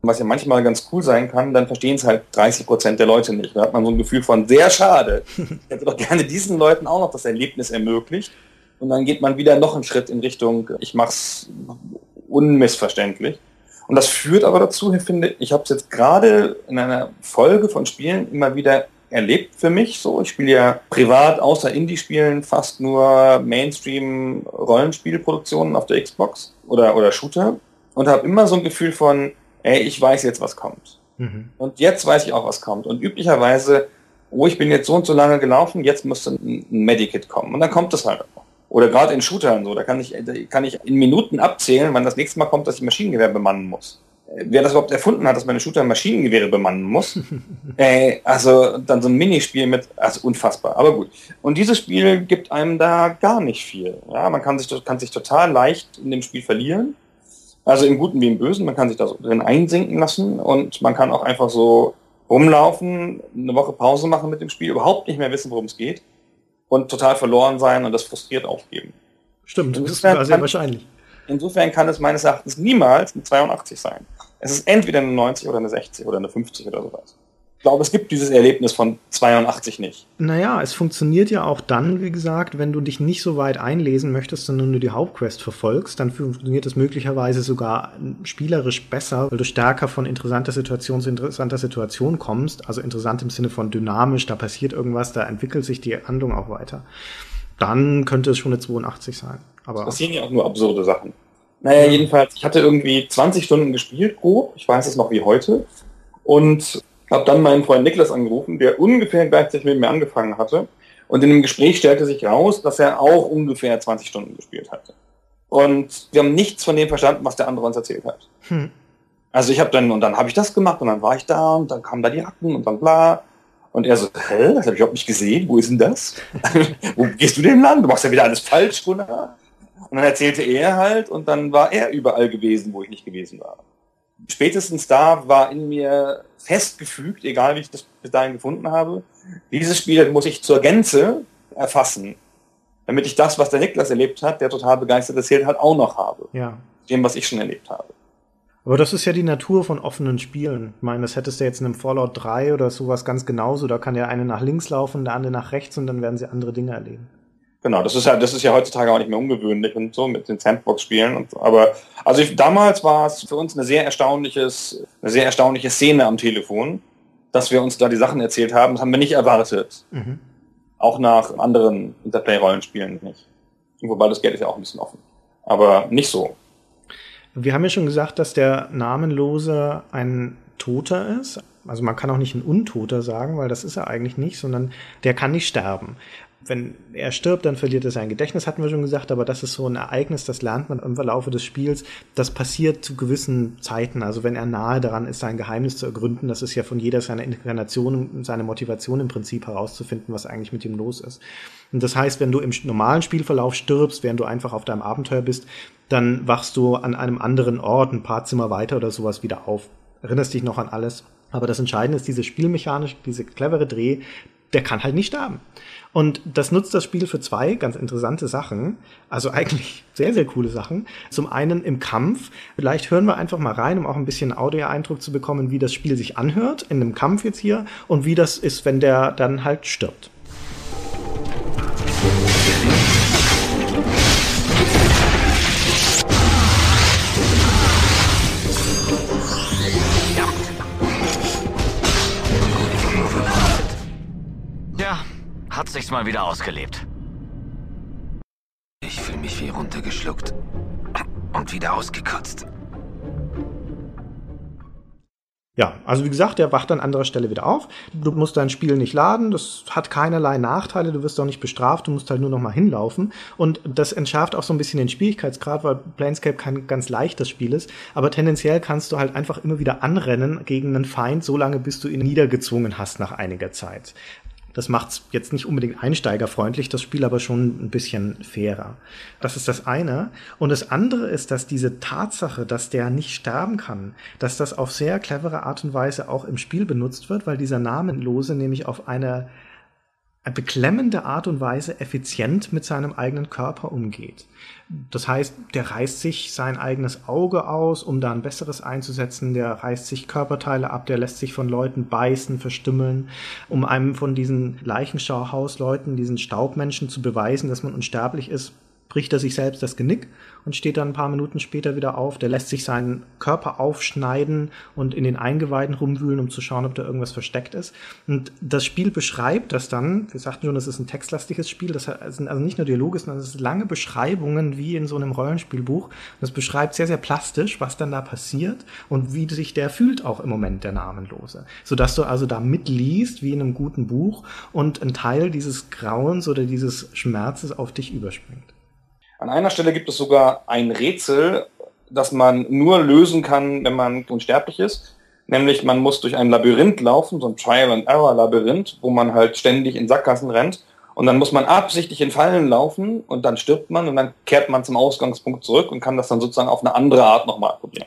was ja manchmal ganz cool sein kann, dann verstehen es halt 30% der Leute nicht. Da hat man so ein Gefühl von, sehr schade. Ich hätte doch gerne diesen Leuten auch noch das Erlebnis ermöglicht. Und dann geht man wieder noch einen Schritt in Richtung, ich mach's unmissverständlich. Und das führt aber dazu, ich finde, ich habe es jetzt gerade in einer Folge von Spielen immer wieder erlebt für mich so. Ich spiele ja privat außer Indie-Spielen fast nur Mainstream-Rollenspielproduktionen auf der Xbox oder Shooter und habe immer so ein Gefühl von, ey, ich weiß jetzt, was kommt. Und jetzt weiß ich auch, was kommt. Und üblicherweise, ich bin jetzt so und so lange gelaufen, jetzt müsste ein Medikit kommen. Und dann kommt es halt auch. Oder gerade in Shootern so, da kann ich in Minuten abzählen, wann das nächste Mal kommt, dass ich Maschinengewehr bemannen muss. Wer das überhaupt erfunden hat, dass man in Shooter Maschinengewehre bemannen muss, also dann so ein Minispiel mit, also unfassbar, aber gut. Und dieses Spiel gibt einem da gar nicht viel. Ja, man kann sich total leicht in dem Spiel verlieren. Also im Guten wie im Bösen, man kann sich da so drin einsinken lassen und man kann auch einfach so rumlaufen, eine Woche Pause machen mit dem Spiel, überhaupt nicht mehr wissen, worum es geht und total verloren sein und das frustriert aufgeben. Stimmt, das ist sehr wahrscheinlich. Insofern kann es meines Erachtens niemals eine 82 sein. Es ist entweder eine 90 oder eine 60 oder eine 50 oder sowas. Ich glaube, es gibt dieses Erlebnis von 82 nicht. Naja, es funktioniert ja auch dann, wie gesagt, wenn du dich nicht so weit einlesen möchtest, sondern nur die Hauptquest verfolgst, dann funktioniert es möglicherweise sogar spielerisch besser, weil du stärker von interessanter Situation zu interessanter Situation kommst. Also interessant im Sinne von dynamisch, da passiert irgendwas, da entwickelt sich die Handlung auch weiter. Dann könnte es schon eine 82 sein. Aber es passieren ja auch nur absurde Sachen. Naja, jedenfalls, ich hatte irgendwie 20 Stunden gespielt, grob. Ich weiß es noch wie heute. Und habe dann meinen Freund Niklas angerufen, der ungefähr gleichzeitig mit mir angefangen hatte. Und in dem Gespräch stellte sich raus, dass er auch ungefähr 20 Stunden gespielt hatte. Und wir haben nichts von dem verstanden, was der andere uns erzählt hat. Also dann habe ich das gemacht und dann war ich da und dann kamen da die Akten und dann bla. Und er so, das habe ich überhaupt nicht gesehen, wo ist denn das? Wo gehst du denn lang? Du machst ja wieder alles falsch, Gunnar. Und dann erzählte er halt und dann war er überall gewesen, wo ich nicht gewesen war. Spätestens da war in mir festgefügt, egal wie ich das bis dahin gefunden habe, dieses Spiel muss ich zur Gänze erfassen, damit ich das, was der Niklas erlebt hat, der total begeistert erzählt hat, auch noch habe. Ja. Dem, was ich schon erlebt habe. Aber das ist ja die Natur von offenen Spielen. Ich meine, das hättest du jetzt in einem Fallout 3 oder sowas ganz genauso. Da kann der eine nach links laufen, der andere nach rechts und dann werden sie andere Dinge erleben. Genau, das ist ja heutzutage auch nicht mehr ungewöhnlich und so mit den Sandbox-Spielen. Aber damals war es für uns eine sehr erstaunliche Szene am Telefon, dass wir uns da die Sachen erzählt haben. Das haben wir nicht erwartet. Auch nach anderen Interplay-Rollenspielen nicht. Wobei das Geld ist ja auch ein bisschen offen. Aber nicht so. Wir haben ja schon gesagt, dass der Namenlose ein Toter ist. Also man kann auch nicht ein Untoter sagen, weil das ist er eigentlich nicht, sondern der kann nicht sterben. Wenn er stirbt, dann verliert er sein Gedächtnis, hatten wir schon gesagt, aber das ist so ein Ereignis, das lernt man im Verlauf des Spiels. Das passiert zu gewissen Zeiten, also wenn er nahe daran ist, sein Geheimnis zu ergründen, das ist ja von jeder seiner Inkarnationen, seine Motivation im Prinzip herauszufinden, was eigentlich mit ihm los ist. Und das heißt, wenn du im normalen Spielverlauf stirbst, während du einfach auf deinem Abenteuer bist, dann wachst du an einem anderen Ort, ein paar Zimmer weiter oder sowas wieder auf. Erinnerst dich noch an alles. Aber das Entscheidende ist, diese Spielmechanik, diese clevere Dreh, der kann halt nicht sterben. Und das nutzt das Spiel für zwei ganz interessante Sachen, also eigentlich sehr, sehr coole Sachen. Zum einen im Kampf, vielleicht hören wir einfach mal rein, um auch ein bisschen Audio-Eindruck zu bekommen, wie das Spiel sich anhört, in einem Kampf jetzt hier, und wie das ist, wenn der dann halt stirbt. Hat sich's mal wieder ausgelebt. Ich fühle mich wie runtergeschluckt und wieder ausgekotzt. Ja, also wie gesagt, der wacht an anderer Stelle wieder auf. Du musst dein Spiel nicht laden, das hat keinerlei Nachteile, du wirst auch nicht bestraft, du musst halt nur noch mal hinlaufen. Und das entschärft auch so ein bisschen den Schwierigkeitsgrad, weil Planescape kein ganz leichtes Spiel ist. Aber tendenziell kannst du halt einfach immer wieder anrennen gegen einen Feind, solange bis du ihn niedergezwungen hast nach einiger Zeit. Das macht's jetzt nicht unbedingt einsteigerfreundlich, das Spiel aber schon ein bisschen fairer. Das ist das eine. Und das andere ist, dass diese Tatsache, dass der nicht sterben kann, dass das auf sehr clevere Art und Weise auch im Spiel benutzt wird, weil dieser Namenlose nämlich auf eine beklemmende Art und Weise effizient mit seinem eigenen Körper umgeht. Das heißt, der reißt sich sein eigenes Auge aus, um da ein besseres einzusetzen, der reißt sich Körperteile ab, der lässt sich von Leuten beißen, verstümmeln, um einem von diesen Leichenschauhausleuten, diesen Staubmenschen zu beweisen, dass man unsterblich ist, bricht er sich selbst das Genick und steht dann ein paar Minuten später wieder auf. Der lässt sich seinen Körper aufschneiden und in den Eingeweiden rumwühlen, um zu schauen, ob da irgendwas versteckt ist. Und das Spiel beschreibt das dann, wir sagten schon, das ist ein textlastiges Spiel, das sind also nicht nur Dialoge, sondern es sind lange Beschreibungen wie in so einem Rollenspielbuch. Das beschreibt sehr, sehr plastisch, was dann da passiert und wie sich der fühlt auch im Moment, der Namenlose. Sodass du also da mitliest, wie in einem guten Buch, und ein Teil dieses Grauens oder dieses Schmerzes auf dich überspringt. An einer Stelle gibt es sogar ein Rätsel, das man nur lösen kann, wenn man unsterblich ist. Nämlich man muss durch ein Labyrinth laufen, so ein Trial-and-Error-Labyrinth, wo man halt ständig in Sackgassen rennt. Und dann muss man absichtlich in Fallen laufen und dann stirbt man und dann kehrt man zum Ausgangspunkt zurück und kann das dann sozusagen auf eine andere Art nochmal probieren.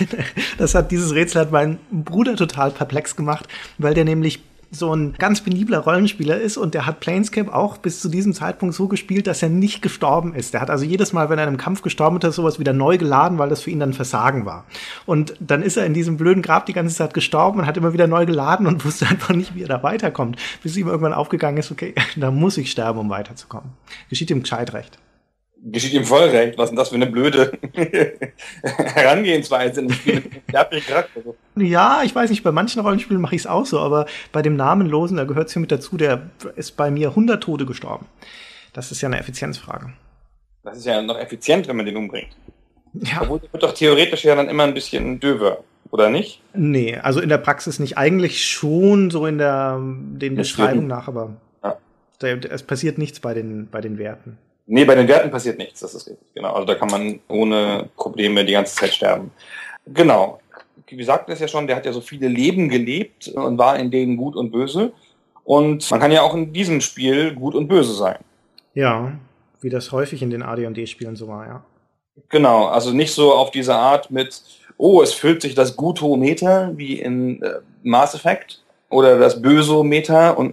Dieses Rätsel hat mein Bruder total perplex gemacht, weil der nämlich so ein ganz penibler Rollenspieler ist und der hat Planescape auch bis zu diesem Zeitpunkt so gespielt, dass er nicht gestorben ist. Der hat also jedes Mal, wenn er in einem Kampf gestorben ist, sowas wieder neu geladen, weil das für ihn dann Versagen war. Und dann ist er in diesem blöden Grab die ganze Zeit gestorben und hat immer wieder neu geladen und wusste einfach nicht, wie er da weiterkommt, bis ihm irgendwann aufgegangen ist, okay, da muss ich sterben, um weiterzukommen. Geschieht ihm gescheit recht. Geschieht ihm voll recht. Was ist denn das für eine blöde Herangehensweise in einem Spiel mit einem sterblichen Charakter? Ja, ich weiß nicht, bei manchen Rollenspielen mache ich es auch so, aber bei dem Namenlosen, da gehört es hier mit dazu, der ist bei mir 100 Tode gestorben. Das ist ja eine Effizienzfrage. Das ist ja noch effizient, wenn man den umbringt. Ja. Obwohl, der wird doch theoretisch ja dann immer ein bisschen döver, oder nicht? Nee, also in der Praxis nicht. Eigentlich schon so in den Beschreibungen nach, aber ja. Es passiert nichts bei den Werten. Nee, bei den Werten passiert nichts, das ist richtig. Genau, also da kann man ohne Probleme die ganze Zeit sterben. Genau. Wir sagten es ja schon, der hat ja so viele Leben gelebt und war in denen gut und böse. Und man kann ja auch in diesem Spiel gut und böse sein. Ja, wie das häufig in den AD&D-Spielen so war, ja. Genau, also nicht so auf diese Art mit, es füllt sich das Gutometer wie in Mass Effect oder das Bösometer und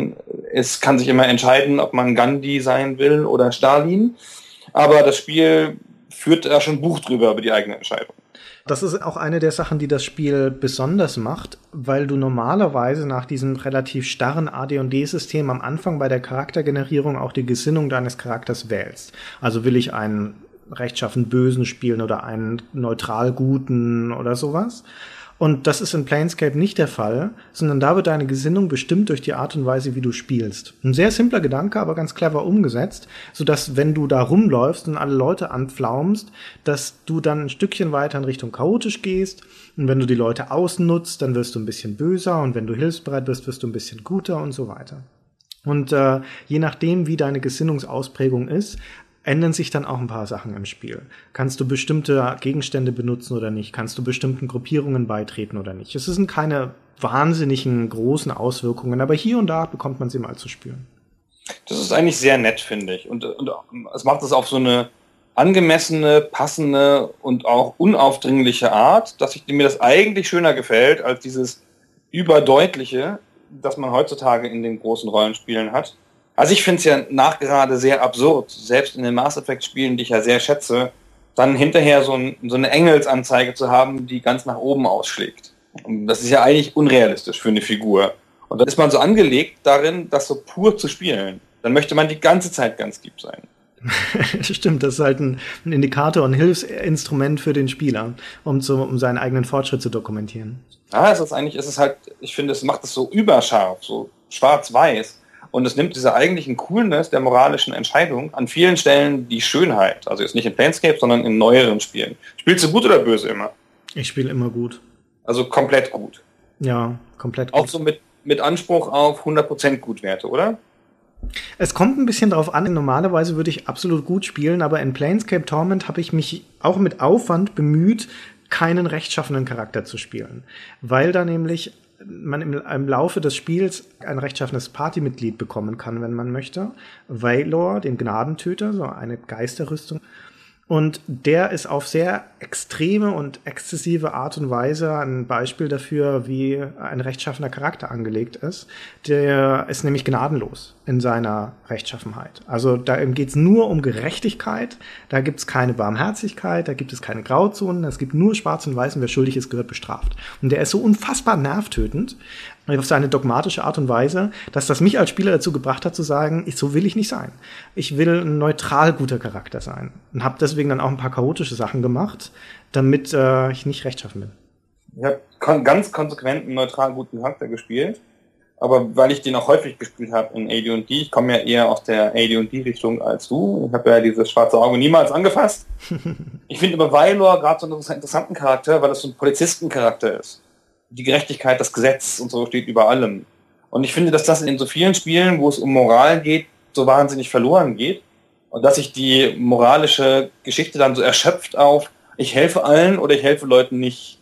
es kann sich immer entscheiden, ob man Gandhi sein will oder Stalin. Aber das Spiel führt da schon ein Buch drüber über die eigene Entscheidung. Das ist auch eine der Sachen, die das Spiel besonders macht, weil du normalerweise nach diesem relativ starren AD&D-System am Anfang bei der Charaktergenerierung auch die Gesinnung deines Charakters wählst. Also will ich einen rechtschaffen Bösen spielen oder einen neutral Guten oder sowas. Und das ist in Planescape nicht der Fall, sondern da wird deine Gesinnung bestimmt durch die Art und Weise, wie du spielst. Ein sehr simpler Gedanke, aber ganz clever umgesetzt, sodass, wenn du da rumläufst und alle Leute anpflaumst, dass du dann ein Stückchen weiter in Richtung chaotisch gehst. Und wenn du die Leute ausnutzt, dann wirst du ein bisschen böser. Und wenn du hilfsbereit bist, wirst du ein bisschen guter und so weiter. Und je nachdem, wie deine Gesinnungsausprägung ist, ändern sich dann auch ein paar Sachen im Spiel. Kannst du bestimmte Gegenstände benutzen oder nicht? Kannst du bestimmten Gruppierungen beitreten oder nicht? Es sind keine wahnsinnigen großen Auswirkungen, aber hier und da bekommt man sie mal zu spüren. Das ist eigentlich sehr nett, finde ich. Und es macht es auf so eine angemessene, passende und auch unaufdringliche Art, dass mir das eigentlich schöner gefällt als dieses Überdeutliche, das man heutzutage in den großen Rollenspielen hat. Also ich finde es ja nachgerade sehr absurd, selbst in den Mass Effect Spielen, die ich ja sehr schätze, dann hinterher so eine Engelsanzeige zu haben, die ganz nach oben ausschlägt. Und das ist ja eigentlich unrealistisch für eine Figur. Und dann ist man so angelegt darin, das so pur zu spielen. Dann möchte man die ganze Zeit ganz lieb sein. Stimmt, das ist halt ein Indikator, ein Hilfsinstrument für den Spieler, um seinen eigenen Fortschritt zu dokumentieren. Ja, ich finde, es macht es so überscharf, so schwarz-weiß. Und es nimmt diese eigentlichen Coolness der moralischen Entscheidung an vielen Stellen die Schönheit. Also jetzt nicht in Planescape, sondern in neueren Spielen. Spielst du gut oder böse immer? Ich spiele immer gut. Also komplett gut? Ja, komplett gut. Auch so mit Anspruch auf 100% Gutwerte, oder? Es kommt ein bisschen drauf an. Normalerweise würde ich absolut gut spielen, aber in Planescape Torment habe ich mich auch mit Aufwand bemüht, keinen rechtschaffenen Charakter zu spielen. Weil da nämlich man im Laufe des Spiels ein rechtschaffenes Partymitglied bekommen kann, wenn man möchte. Vaylor, den Gnadentöter, so eine Geisterrüstung. Und der ist auf sehr extreme und exzessive Art und Weise ein Beispiel dafür, wie ein rechtschaffener Charakter angelegt ist. Der ist nämlich gnadenlos. in seiner Rechtschaffenheit. Also da geht es nur um Gerechtigkeit, da gibt es keine Barmherzigkeit, da gibt es keine Grauzonen, es gibt nur Schwarz und Weiß und wer schuldig ist, gehört bestraft. Und der ist so unfassbar nervtötend auf seine dogmatische Art und Weise, dass das mich als Spieler dazu gebracht hat zu sagen, so will ich nicht sein. Ich will ein neutral guter Charakter sein und habe deswegen dann auch ein paar chaotische Sachen gemacht, damit ich nicht rechtschaffen bin. Ich habe ganz konsequent einen neutral guten Charakter gespielt. Aber weil ich den auch häufig gespielt habe in AD&D, ich komme ja eher aus der AD&D-Richtung als du. Ich habe ja dieses schwarze Auge niemals angefasst. Ich finde aber Vailor gerade so einen interessanten Charakter, weil das so ein Polizistencharakter ist. Die Gerechtigkeit, das Gesetz und so steht über allem. Und ich finde, dass das in so vielen Spielen, wo es um Moral geht, so wahnsinnig verloren geht. Und dass sich die moralische Geschichte dann so erschöpft auf, ich helfe allen oder ich helfe Leuten nicht.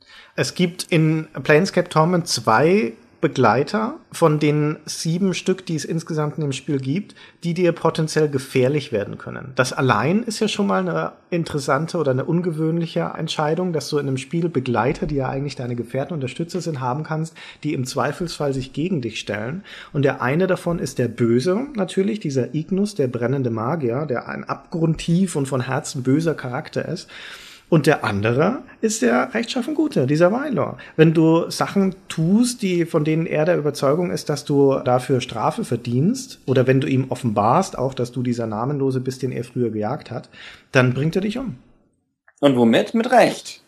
Es gibt in Planescape Torment 2 Begleiter von den 7 Stück, die es insgesamt in dem Spiel gibt, die dir potenziell gefährlich werden können. Das allein ist ja schon mal eine interessante oder eine ungewöhnliche Entscheidung, dass du in einem Spiel Begleiter, die ja eigentlich deine Gefährten und Unterstützer sind, haben kannst, die im Zweifelsfall sich gegen dich stellen. Und der eine davon ist der Böse natürlich, dieser Ignus, der brennende Magier, der ein abgrundtief und von Herzen böser Charakter ist. Und der andere ist der rechtschaffen Gute, dieser Vailor. Wenn du Sachen tust, von denen er der Überzeugung ist, dass du dafür Strafe verdienst, oder wenn du ihm offenbarst, auch, dass du dieser Namenlose bist, den er früher gejagt hat, dann bringt er dich um. Und womit? Mit Recht.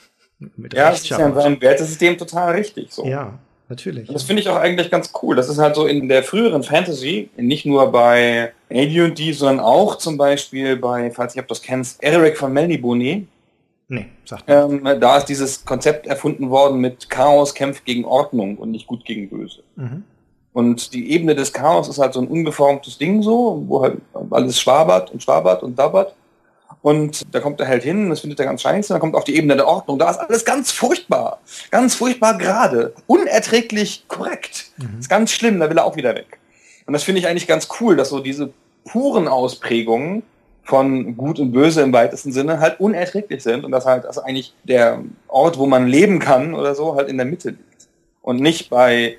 Mit ja, das ist ja in seinem Wertesystem total richtig so. Ja, natürlich. Und das finde ich auch eigentlich ganz cool. Das ist halt so in der früheren Fantasy, nicht nur bei AD&D, sondern auch zum Beispiel bei, falls ihr das kennst, Eric von Melniboné. Nee, sagt nicht. Da ist dieses Konzept erfunden worden mit Chaos kämpft gegen Ordnung und nicht gut gegen böse. Mhm. Und die Ebene des Chaos ist halt so ein ungeformtes Ding so, wo halt alles schwabert und dabbert. Und da kommt der Held hin, das findet er ganz scheiße, dann kommt auf die Ebene der Ordnung, da ist alles ganz furchtbar gerade, unerträglich korrekt. Mhm. Ist ganz schlimm, da will er auch wieder weg. Und das finde ich eigentlich ganz cool, dass so diese puren Ausprägungen von Gut und Böse im weitesten Sinne halt unerträglich sind und dass halt also eigentlich der Ort, wo man leben kann oder so, halt in der Mitte liegt und nicht bei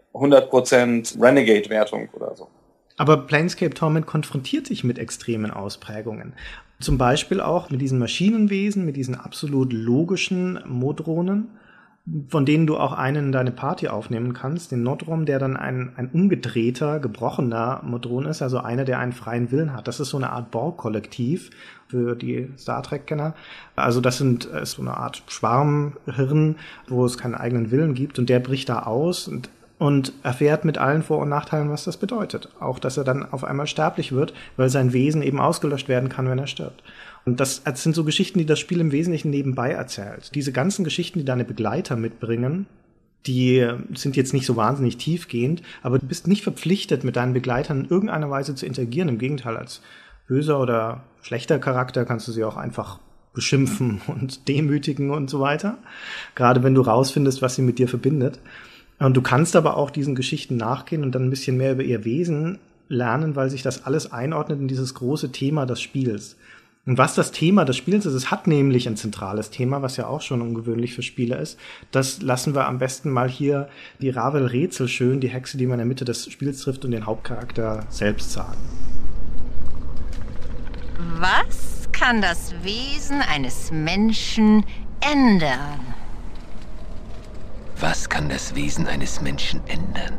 100% Renegade-Wertung oder so. Aber Planescape Torment konfrontiert dich mit extremen Ausprägungen. Zum Beispiel auch mit diesen Maschinenwesen, mit diesen absolut logischen Modronen, von denen du auch einen in deine Party aufnehmen kannst, den Nodrom, der dann ein umgedrehter, gebrochener Modron ist, also einer, der einen freien Willen hat. Das ist so eine Art Borg-Kollektiv für die Star Trek-Kenner. Also das ist so eine Art Schwarmhirn, wo es keinen eigenen Willen gibt und der bricht da aus und erfährt mit allen Vor- und Nachteilen, was das bedeutet. Auch, dass er dann auf einmal sterblich wird, weil sein Wesen eben ausgelöscht werden kann, wenn er stirbt. Und das sind so Geschichten, die das Spiel im Wesentlichen nebenbei erzählt. Diese ganzen Geschichten, die deine Begleiter mitbringen, die sind jetzt nicht so wahnsinnig tiefgehend, aber du bist nicht verpflichtet, mit deinen Begleitern in irgendeiner Weise zu interagieren. Im Gegenteil, als böser oder schlechter Charakter kannst du sie auch einfach beschimpfen und demütigen und so weiter. Gerade wenn du rausfindest, was sie mit dir verbindet. Und du kannst aber auch diesen Geschichten nachgehen und dann ein bisschen mehr über ihr Wesen lernen, weil sich das alles einordnet in dieses große Thema des Spiels. Und was das Thema des Spiels ist, es hat nämlich ein zentrales Thema, was ja auch schon ungewöhnlich für Spieler ist. Das lassen wir am besten mal hier die Ravel Rätsel schön, die Hexe, die man in der Mitte des Spiels trifft und den Hauptcharakter selbst sagen. Was kann das Wesen eines Menschen ändern? Was kann das Wesen eines Menschen ändern?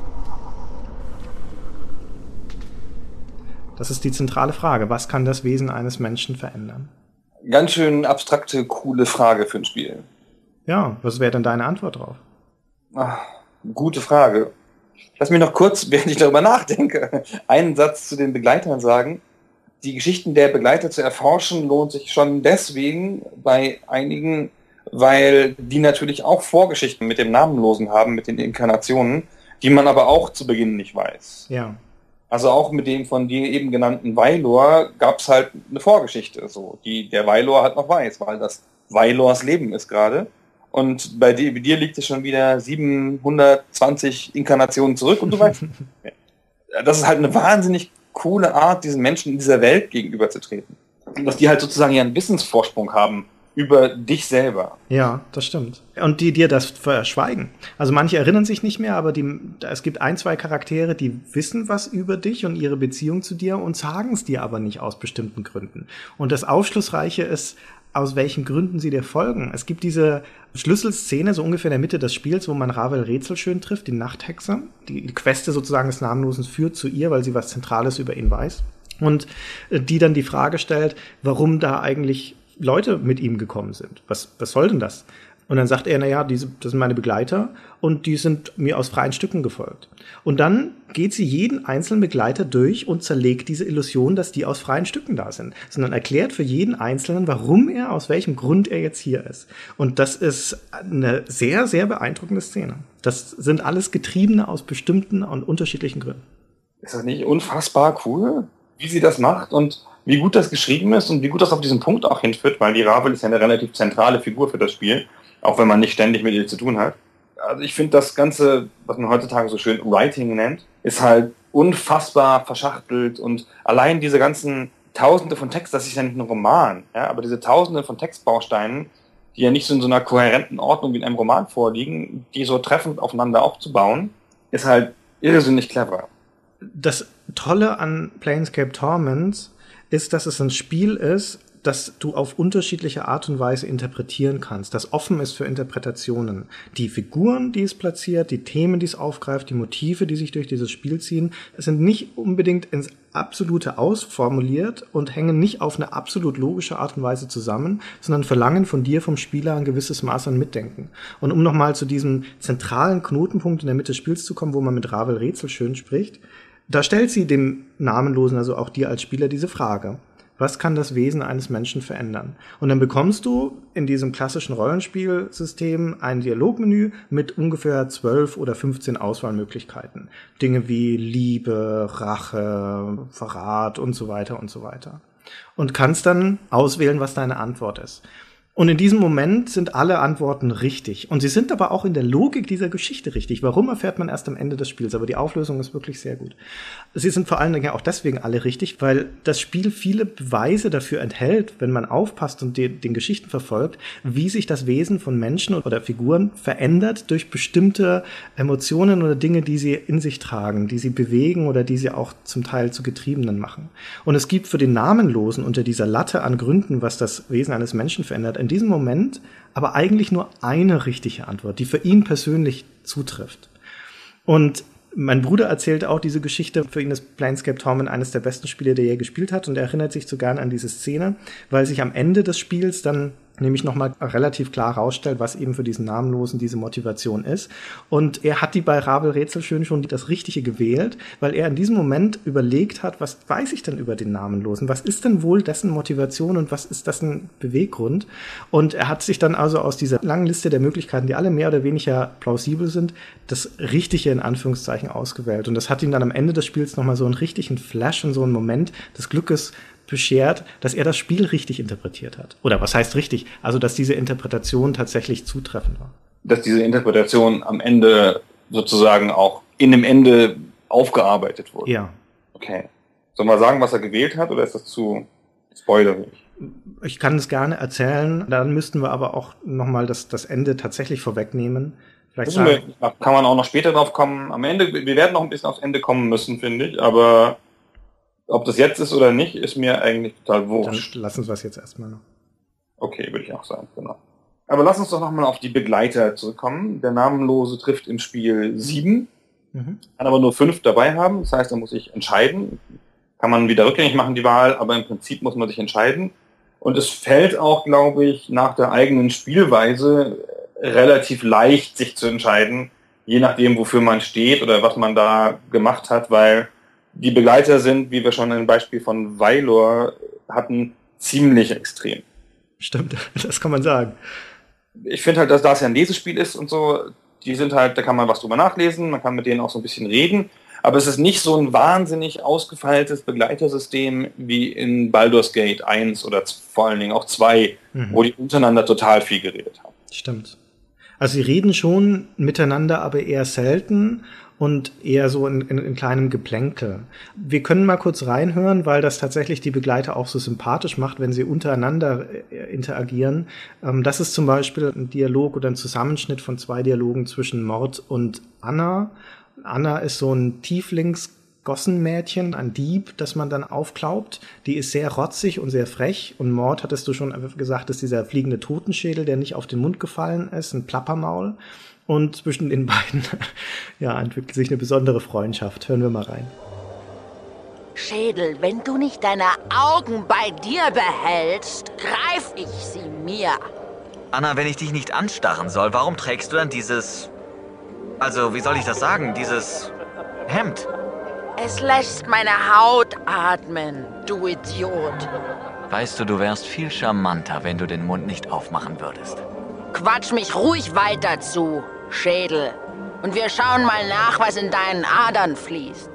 Das ist die zentrale Frage. Was kann das Wesen eines Menschen verändern? Ganz schön abstrakte, coole Frage für ein Spiel. Ja, was wäre denn deine Antwort drauf? Ach, gute Frage. Lass mich noch kurz, während ich darüber nachdenke, einen Satz zu den Begleitern sagen. Die Geschichten der Begleiter zu erforschen lohnt sich schon deswegen bei einigen, weil die natürlich auch Vorgeschichten mit dem Namenlosen haben, mit den Inkarnationen, die man aber auch zu Beginn nicht weiß. Ja. Also auch mit dem von dir eben genannten Vailor gab es halt eine Vorgeschichte, so, die der Vailor halt noch weiß, weil das Vailors Leben ist gerade. Und bei dir liegt es schon wieder 720 Inkarnationen zurück und du weißt. Das ist halt eine wahnsinnig coole Art, diesen Menschen in dieser Welt gegenüberzutreten. Und dass die halt sozusagen ihren Wissensvorsprung haben über dich selber. Ja, das stimmt. Und die dir das verschweigen. Also manche erinnern sich nicht mehr, aber es gibt 1, 2 Charaktere, die wissen was über dich und ihre Beziehung zu dir und sagen es dir aber nicht aus bestimmten Gründen. Und das Aufschlussreiche ist, aus welchen Gründen sie dir folgen. Es gibt diese Schlüsselszene, so ungefähr in der Mitte des Spiels, wo man Ravel Rätselschön trifft, die Nachthexe. Die Queste sozusagen des Namenlosen führt zu ihr, weil sie was Zentrales über ihn weiß. Und die dann die Frage stellt, warum da eigentlich Leute mit ihm gekommen sind. Was soll denn das? Und dann sagt er, naja, das sind meine Begleiter und die sind mir aus freien Stücken gefolgt. Und dann geht sie jeden einzelnen Begleiter durch und zerlegt diese Illusion, dass die aus freien Stücken da sind. Sondern erklärt für jeden Einzelnen, warum er, aus welchem Grund er jetzt hier ist. Und das ist eine sehr, sehr beeindruckende Szene. Das sind alles Getriebene aus bestimmten und unterschiedlichen Gründen. Ist das nicht unfassbar cool, wie sie das macht und wie gut das geschrieben ist und wie gut das auf diesen Punkt auch hinführt, weil die Ravel ist ja eine relativ zentrale Figur für das Spiel, auch wenn man nicht ständig mit ihr zu tun hat. Also ich finde das Ganze, was man heutzutage so schön Writing nennt, ist halt unfassbar verschachtelt und allein diese ganzen Tausende von Text, das ist ja nicht ein Roman, ja, aber diese Tausende von Textbausteinen, die ja nicht so in so einer kohärenten Ordnung wie in einem Roman vorliegen, die so treffend aufeinander aufzubauen, ist halt irrsinnig clever. Das Tolle an Planescape Torment ist, dass es ein Spiel ist, das du auf unterschiedliche Art und Weise interpretieren kannst, das offen ist für Interpretationen. Die Figuren, die es platziert, die Themen, die es aufgreift, die Motive, die sich durch dieses Spiel ziehen, sind nicht unbedingt ins Absolute ausformuliert und hängen nicht auf eine absolut logische Art und Weise zusammen, sondern verlangen von dir, vom Spieler, ein gewisses Maß an Mitdenken. Und um nochmal zu diesem zentralen Knotenpunkt in der Mitte des Spiels zu kommen, wo man mit Ravel Rätselschön spricht, da stellt sie dem Namenlosen, also auch dir als Spieler, diese Frage: Was kann das Wesen eines Menschen verändern? Und dann bekommst du in diesem klassischen Rollenspielsystem ein Dialogmenü mit ungefähr 12 oder 15 Auswahlmöglichkeiten. Dinge wie Liebe, Rache, Verrat und so weiter und so weiter. Und kannst dann auswählen, was deine Antwort ist. Und in diesem Moment sind alle Antworten richtig. Und sie sind aber auch in der Logik dieser Geschichte richtig. Warum, erfährt man erst am Ende des Spiels. Aber die Auflösung ist wirklich sehr gut. Sie sind vor allen Dingen ja auch deswegen alle richtig, weil das Spiel viele Beweise dafür enthält, wenn man aufpasst und den Geschichten verfolgt, wie sich das Wesen von Menschen oder Figuren verändert durch bestimmte Emotionen oder Dinge, die sie in sich tragen, die sie bewegen oder die sie auch zum Teil zu Getriebenen machen. Und es gibt für den Namenlosen unter dieser Latte an Gründen, was das Wesen eines Menschen verändert, in diesem Moment aber eigentlich nur eine richtige Antwort, die für ihn persönlich zutrifft. Und mein Bruder erzählt auch diese Geschichte. Für ihn ist Planescape Torment eines der besten Spiele, die er je gespielt hat. Und er erinnert sich so gern an diese Szene, weil sich am Ende des Spiels dann nämlich nochmal relativ klar rausstellt, was eben für diesen Namenlosen diese Motivation ist. Und er hat die bei Ravel Rätselschön schon das Richtige gewählt, weil er in diesem Moment überlegt hat, was weiß ich denn über den Namenlosen? Was ist denn wohl dessen Motivation und was ist dessen Beweggrund? Und er hat sich dann also aus dieser langen Liste der Möglichkeiten, die alle mehr oder weniger plausibel sind, das Richtige in Anführungszeichen ausgewählt. Und das hat ihm dann am Ende des Spiels nochmal so einen richtigen Flash und so einen Moment des Glückes beschert, dass er das Spiel richtig interpretiert hat. Oder was heißt richtig? Also, dass diese Interpretation tatsächlich zutreffend war. Dass diese Interpretation am Ende sozusagen auch in dem Ende aufgearbeitet wurde. Ja. Okay. Sollen wir sagen, was er gewählt hat, oder ist das zu spoilerig? Ich kann es gerne erzählen. Dann müssten wir aber auch nochmal das Ende tatsächlich vorwegnehmen. Vielleicht kann man auch noch später drauf kommen. Am Ende, wir werden noch ein bisschen aufs Ende kommen müssen, finde ich, aber ob das jetzt ist oder nicht, ist mir eigentlich total wurscht. Dann lass uns was jetzt erstmal noch. Okay, würde ich auch sagen, genau. Aber lass uns doch nochmal auf die Begleiter zurückkommen. Der Namenlose trifft im Spiel 7, kann aber nur 5 dabei haben. Das heißt, er muss sich entscheiden. Kann man wieder rückgängig machen, die Wahl, aber im Prinzip muss man sich entscheiden. Und es fällt auch, glaube ich, nach der eigenen Spielweise relativ leicht, sich zu entscheiden, je nachdem, wofür man steht oder was man da gemacht hat, weil die Begleiter sind, wie wir schon im Beispiel von Vailor hatten, ziemlich extrem. Stimmt, das kann man sagen. Ich finde halt, dass das ja ein Lesespiel ist und so, die sind halt, da kann man was drüber nachlesen, man kann mit denen auch so ein bisschen reden, aber es ist nicht so ein wahnsinnig ausgefeiltes Begleitersystem wie in Baldur's Gate 1 oder vor allen Dingen auch 2, wo die untereinander total viel geredet haben. Stimmt. Also sie reden schon miteinander, aber eher selten. und eher so in kleinem Geplänkel. Wir können mal kurz reinhören, weil das tatsächlich die Begleiter auch so sympathisch macht, wenn sie untereinander interagieren. Das ist zum Beispiel ein Dialog oder ein Zusammenschnitt von 2 Dialogen zwischen Mort und Anna. Anna ist so ein Tieflingsgossenmädchen, ein Dieb, das man dann aufklaubt. Die ist sehr rotzig und sehr frech. Und Mort, hattest du schon gesagt, ist dieser fliegende Totenschädel, der nicht auf den Mund gefallen ist, ein Plappermaul. Und zwischen den beiden entwickelt sich eine besondere Freundschaft. Hören wir mal rein. Schädel, wenn du nicht deine Augen bei dir behältst, greif ich sie mir. Anna, wenn ich dich nicht anstarren soll, warum trägst du dann dieses... Also, wie soll ich das sagen? Dieses Hemd? Es lässt meine Haut atmen, du Idiot. Weißt du, du wärst viel charmanter, wenn du den Mund nicht aufmachen würdest. Quatsch mich ruhig weiter zu, Schädel. Und wir schauen mal nach, was in deinen Adern fließt.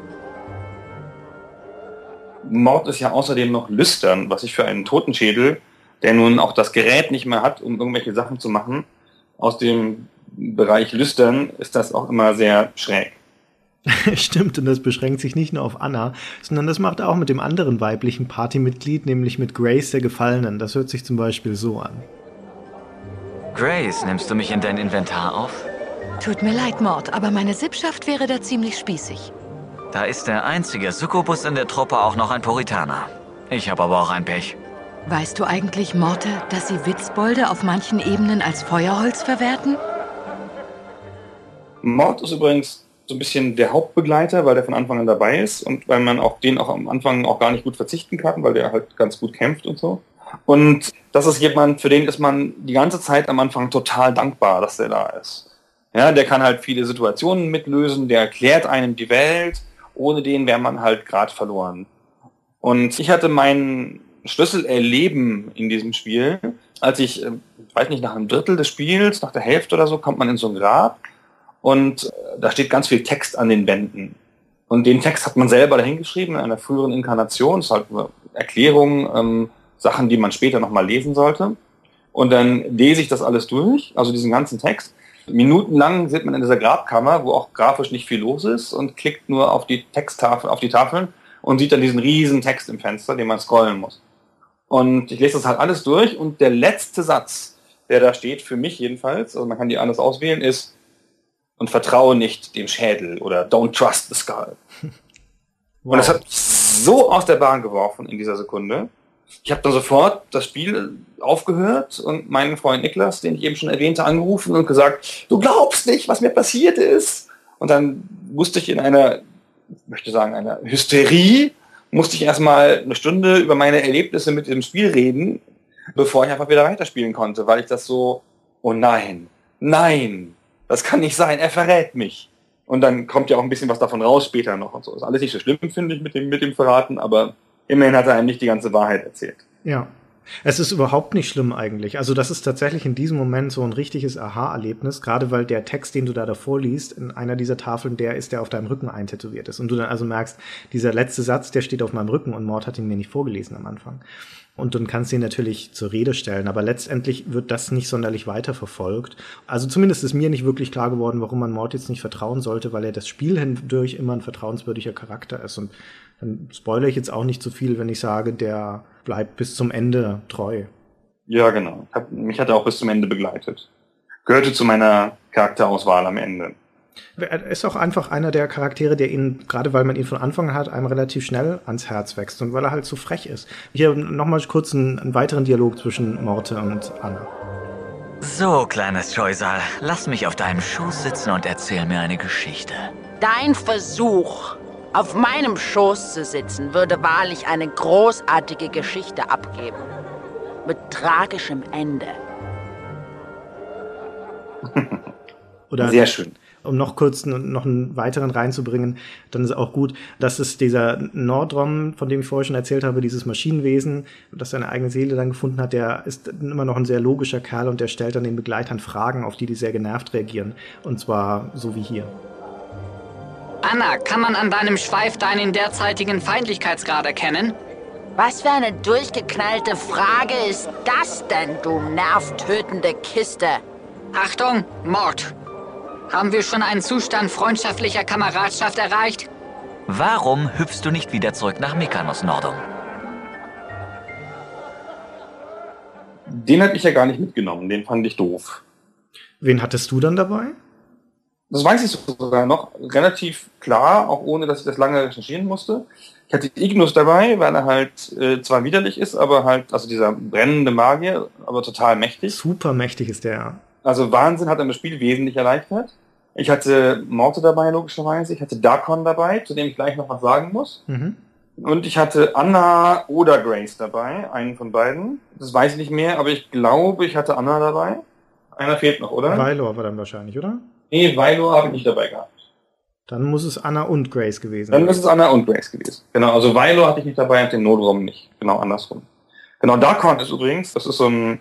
Mort ist ja außerdem noch lüstern, was ich für einen Totenschädel, der nun auch das Gerät nicht mehr hat, um irgendwelche Sachen zu machen, aus dem Bereich lüstern ist das auch immer sehr schräg. Stimmt, und das beschränkt sich nicht nur auf Anna, sondern das macht er auch mit dem anderen weiblichen Partymitglied, nämlich mit Grace der Gefallenen. Das hört sich zum Beispiel so an. Grace, nimmst du mich in dein Inventar auf? Tut mir leid, Mort, aber meine Sippschaft wäre da ziemlich spießig. Da ist der einzige Succubus in der Truppe auch noch ein Puritaner. Ich habe aber auch ein Pech. Weißt du eigentlich, Morte, dass sie Witzbolde auf manchen Ebenen als Feuerholz verwerten? Mort ist übrigens so ein bisschen der Hauptbegleiter, weil der von Anfang an dabei ist und weil man auf den auch am Anfang auch gar nicht gut verzichten kann, weil der halt ganz gut kämpft und so. Und das ist jemand, für den ist man die ganze Zeit am Anfang total dankbar, dass der da ist. Ja, der kann halt viele Situationen mitlösen, der erklärt einem die Welt, ohne den wäre man halt gerade verloren. Und ich hatte mein Schlüsselerleben in diesem Spiel, als ich, weiß nicht, nach einem Drittel des Spiels, nach der Hälfte oder so, kommt man in so ein Grab und da steht ganz viel Text an den Wänden. Und den Text hat man selber dahingeschrieben in einer früheren Inkarnation, das ist halt eine Erklärung, Sachen, die man später nochmal lesen sollte. Und dann lese ich das alles durch, also diesen ganzen Text. Minutenlang sitzt man in dieser Grabkammer, wo auch grafisch nicht viel los ist und klickt nur auf die Texttafel, auf die Tafeln und sieht dann diesen riesen Text im Fenster, den man scrollen muss. Und ich lese das halt alles durch und der letzte Satz, der da steht, für mich jedenfalls, also man kann die anders auswählen, ist: Und vertraue nicht dem Schädel oder don't trust the skull. Wow. Und das hat so aus der Bahn geworfen in dieser Sekunde. Ich habe dann sofort das Spiel aufgehört und meinen Freund Niklas, den ich eben schon erwähnte, angerufen und gesagt: Du glaubst nicht, was mir passiert ist. Und dann musste ich in einer, ich möchte sagen, einer Hysterie, musste ich erstmal eine Stunde über meine Erlebnisse mit diesem Spiel reden, bevor ich einfach wieder weiterspielen konnte, weil ich das so, oh nein, das kann nicht sein, er verrät mich. Und dann kommt ja auch ein bisschen was davon raus später noch und so. Ist alles nicht so schlimm, finde ich, mit dem Verraten, aber immerhin hat er einem nicht die ganze Wahrheit erzählt. Ja. Es ist überhaupt nicht schlimm eigentlich. Also das ist tatsächlich in diesem Moment so ein richtiges Aha-Erlebnis, gerade weil der Text, den du da davor liest, in einer dieser Tafeln der ist, der auf deinem Rücken eintätowiert ist. Und du dann also merkst, dieser letzte Satz, der steht auf meinem Rücken und Mort hat ihn mir nicht vorgelesen am Anfang. Und dann kannst du ihn natürlich zur Rede stellen, aber letztendlich wird das nicht sonderlich weiterverfolgt. Also zumindest ist mir nicht wirklich klar geworden, warum man Mort jetzt nicht vertrauen sollte, weil er das Spiel hindurch immer ein vertrauenswürdiger Charakter ist. Und dann spoilere ich jetzt auch nicht zu viel, wenn ich sage, der bleibt bis zum Ende treu. Ja, genau. Mich hat er auch bis zum Ende begleitet. Gehörte zu meiner Charakterauswahl am Ende. Er ist auch einfach einer der Charaktere, der ihn, gerade weil man ihn von Anfang an hat, einem relativ schnell ans Herz wächst und weil er halt so frech ist. Hier nochmal kurz einen weiteren Dialog zwischen Morte und Anna. So, kleines Scheusal, lass mich auf deinem Schoß sitzen und erzähl mir eine Geschichte. Dein Versuch, auf meinem Schoß zu sitzen, würde wahrlich eine großartige Geschichte abgeben. Mit tragischem Ende. Oder sehr schön. Um noch kurz noch einen weiteren reinzubringen, dann ist auch gut, dass es dieser Nordrom, von dem ich vorher schon erzählt habe, dieses Maschinenwesen, das seine eigene Seele dann gefunden hat, der ist immer noch ein sehr logischer Kerl und der stellt dann den Begleitern Fragen, auf die sehr genervt reagieren. Und zwar so wie hier. Anna, kann man an deinem Schweif deinen derzeitigen Feindlichkeitsgrad erkennen? Was für eine durchgeknallte Frage ist das denn, du nervtötende Kiste? Achtung, Mord! Haben wir schon einen Zustand freundschaftlicher Kameradschaft erreicht? Warum hüpfst du nicht wieder zurück nach Mykonos, Nordum? Den hatte ich ja gar nicht mitgenommen, den fand ich doof. Wen hattest du dann dabei? Das weiß ich sogar noch relativ klar, auch ohne, dass ich das lange recherchieren musste. Ich hatte Ignus dabei, weil er halt zwar widerlich ist, aber halt, also dieser brennende Magier, aber total mächtig. Super mächtig ist der, ja. Also Wahnsinn hat er das Spiel wesentlich erleichtert. Ich hatte Morte dabei, logischerweise. Ich hatte Darkon dabei, zu dem ich gleich noch was sagen muss. Mhm. Und ich hatte Anna oder Grace dabei, einen von beiden. Das weiß ich nicht mehr, aber ich glaube, ich hatte Anna dabei. Einer fehlt noch, oder? Vailor war dann wahrscheinlich, oder? Nee, Vailor habe ich nicht dabei gehabt. Dann muss es Anna und Grace gewesen sein. Dann ist es Anna und Grace gewesen. Genau, also Vailor hatte ich nicht dabei und den Nodrum nicht. Genau, andersrum. Genau, Darkon ist übrigens, das ist so ein,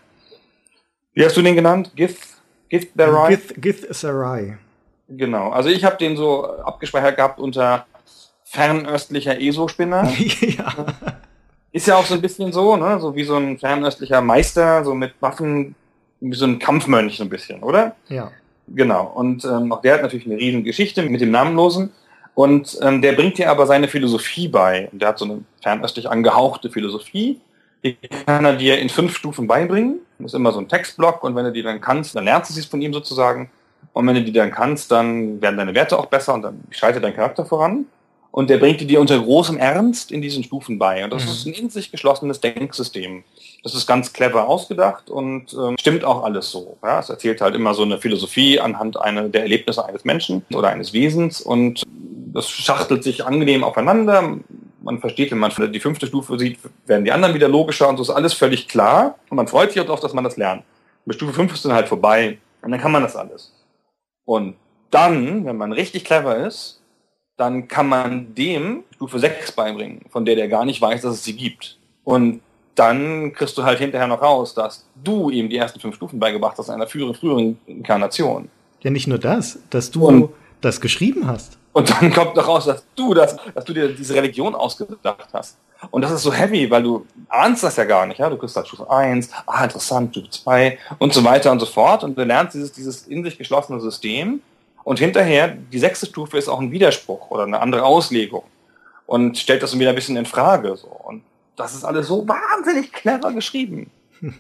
wie hast du den genannt? Gith Sarai? Gith Sarai. Genau, also ich habe den so abgespeichert gehabt unter fernöstlicher ESO-Spinner. Ja. Ist ja auch so ein bisschen so, ne, so wie so ein fernöstlicher Meister, so mit Waffen, wie so ein Kampfmönch so ein bisschen, oder? Ja. Genau, und auch der hat natürlich eine riesen Geschichte mit dem Namenlosen und der bringt dir aber seine Philosophie bei. Und der hat so eine fernöstlich angehauchte Philosophie, die kann er dir in 5 Stufen beibringen. Das ist immer so ein Textblock und wenn du die dann kannst, dann lernst du sie von ihm sozusagen. Und wenn du die dann kannst, dann werden deine Werte auch besser und dann schreitet dein Charakter voran. Und der bringt dir unter großem Ernst in diesen Stufen bei. Und das ist ein in sich geschlossenes Denksystem. Das ist ganz clever ausgedacht und stimmt auch alles so. Ja, es erzählt halt immer so eine Philosophie anhand der Erlebnisse eines Menschen oder eines Wesens und das schachtelt sich angenehm aufeinander. Man versteht, wenn man die 5. Stufe sieht, werden die anderen wieder logischer und so ist alles völlig klar. Und man freut sich auch darauf, dass man das lernt. Bei Stufe 5 ist dann halt vorbei und dann kann man das alles. Und dann, wenn man richtig clever ist, dann kann man dem Stufe 6 beibringen, von der gar nicht weiß, dass es sie gibt. Und dann kriegst du halt hinterher noch raus, dass du ihm die ersten 5 Stufen beigebracht hast in einer früheren Inkarnation. Ja, nicht nur das, dass du das geschrieben hast. Und dann kommt noch raus, dass du dir diese Religion ausgedacht hast. Und das ist so heavy, weil du ahnst das ja gar nicht. Ja? Du kriegst halt Stufe 1, interessant, Stufe 2 und so weiter und so fort. Und du lernst dieses in sich geschlossene System. Und hinterher, die 6. Stufe ist auch ein Widerspruch oder eine andere Auslegung. Und stellt das wieder ein bisschen in Frage. So. Und das ist alles so wahnsinnig clever geschrieben.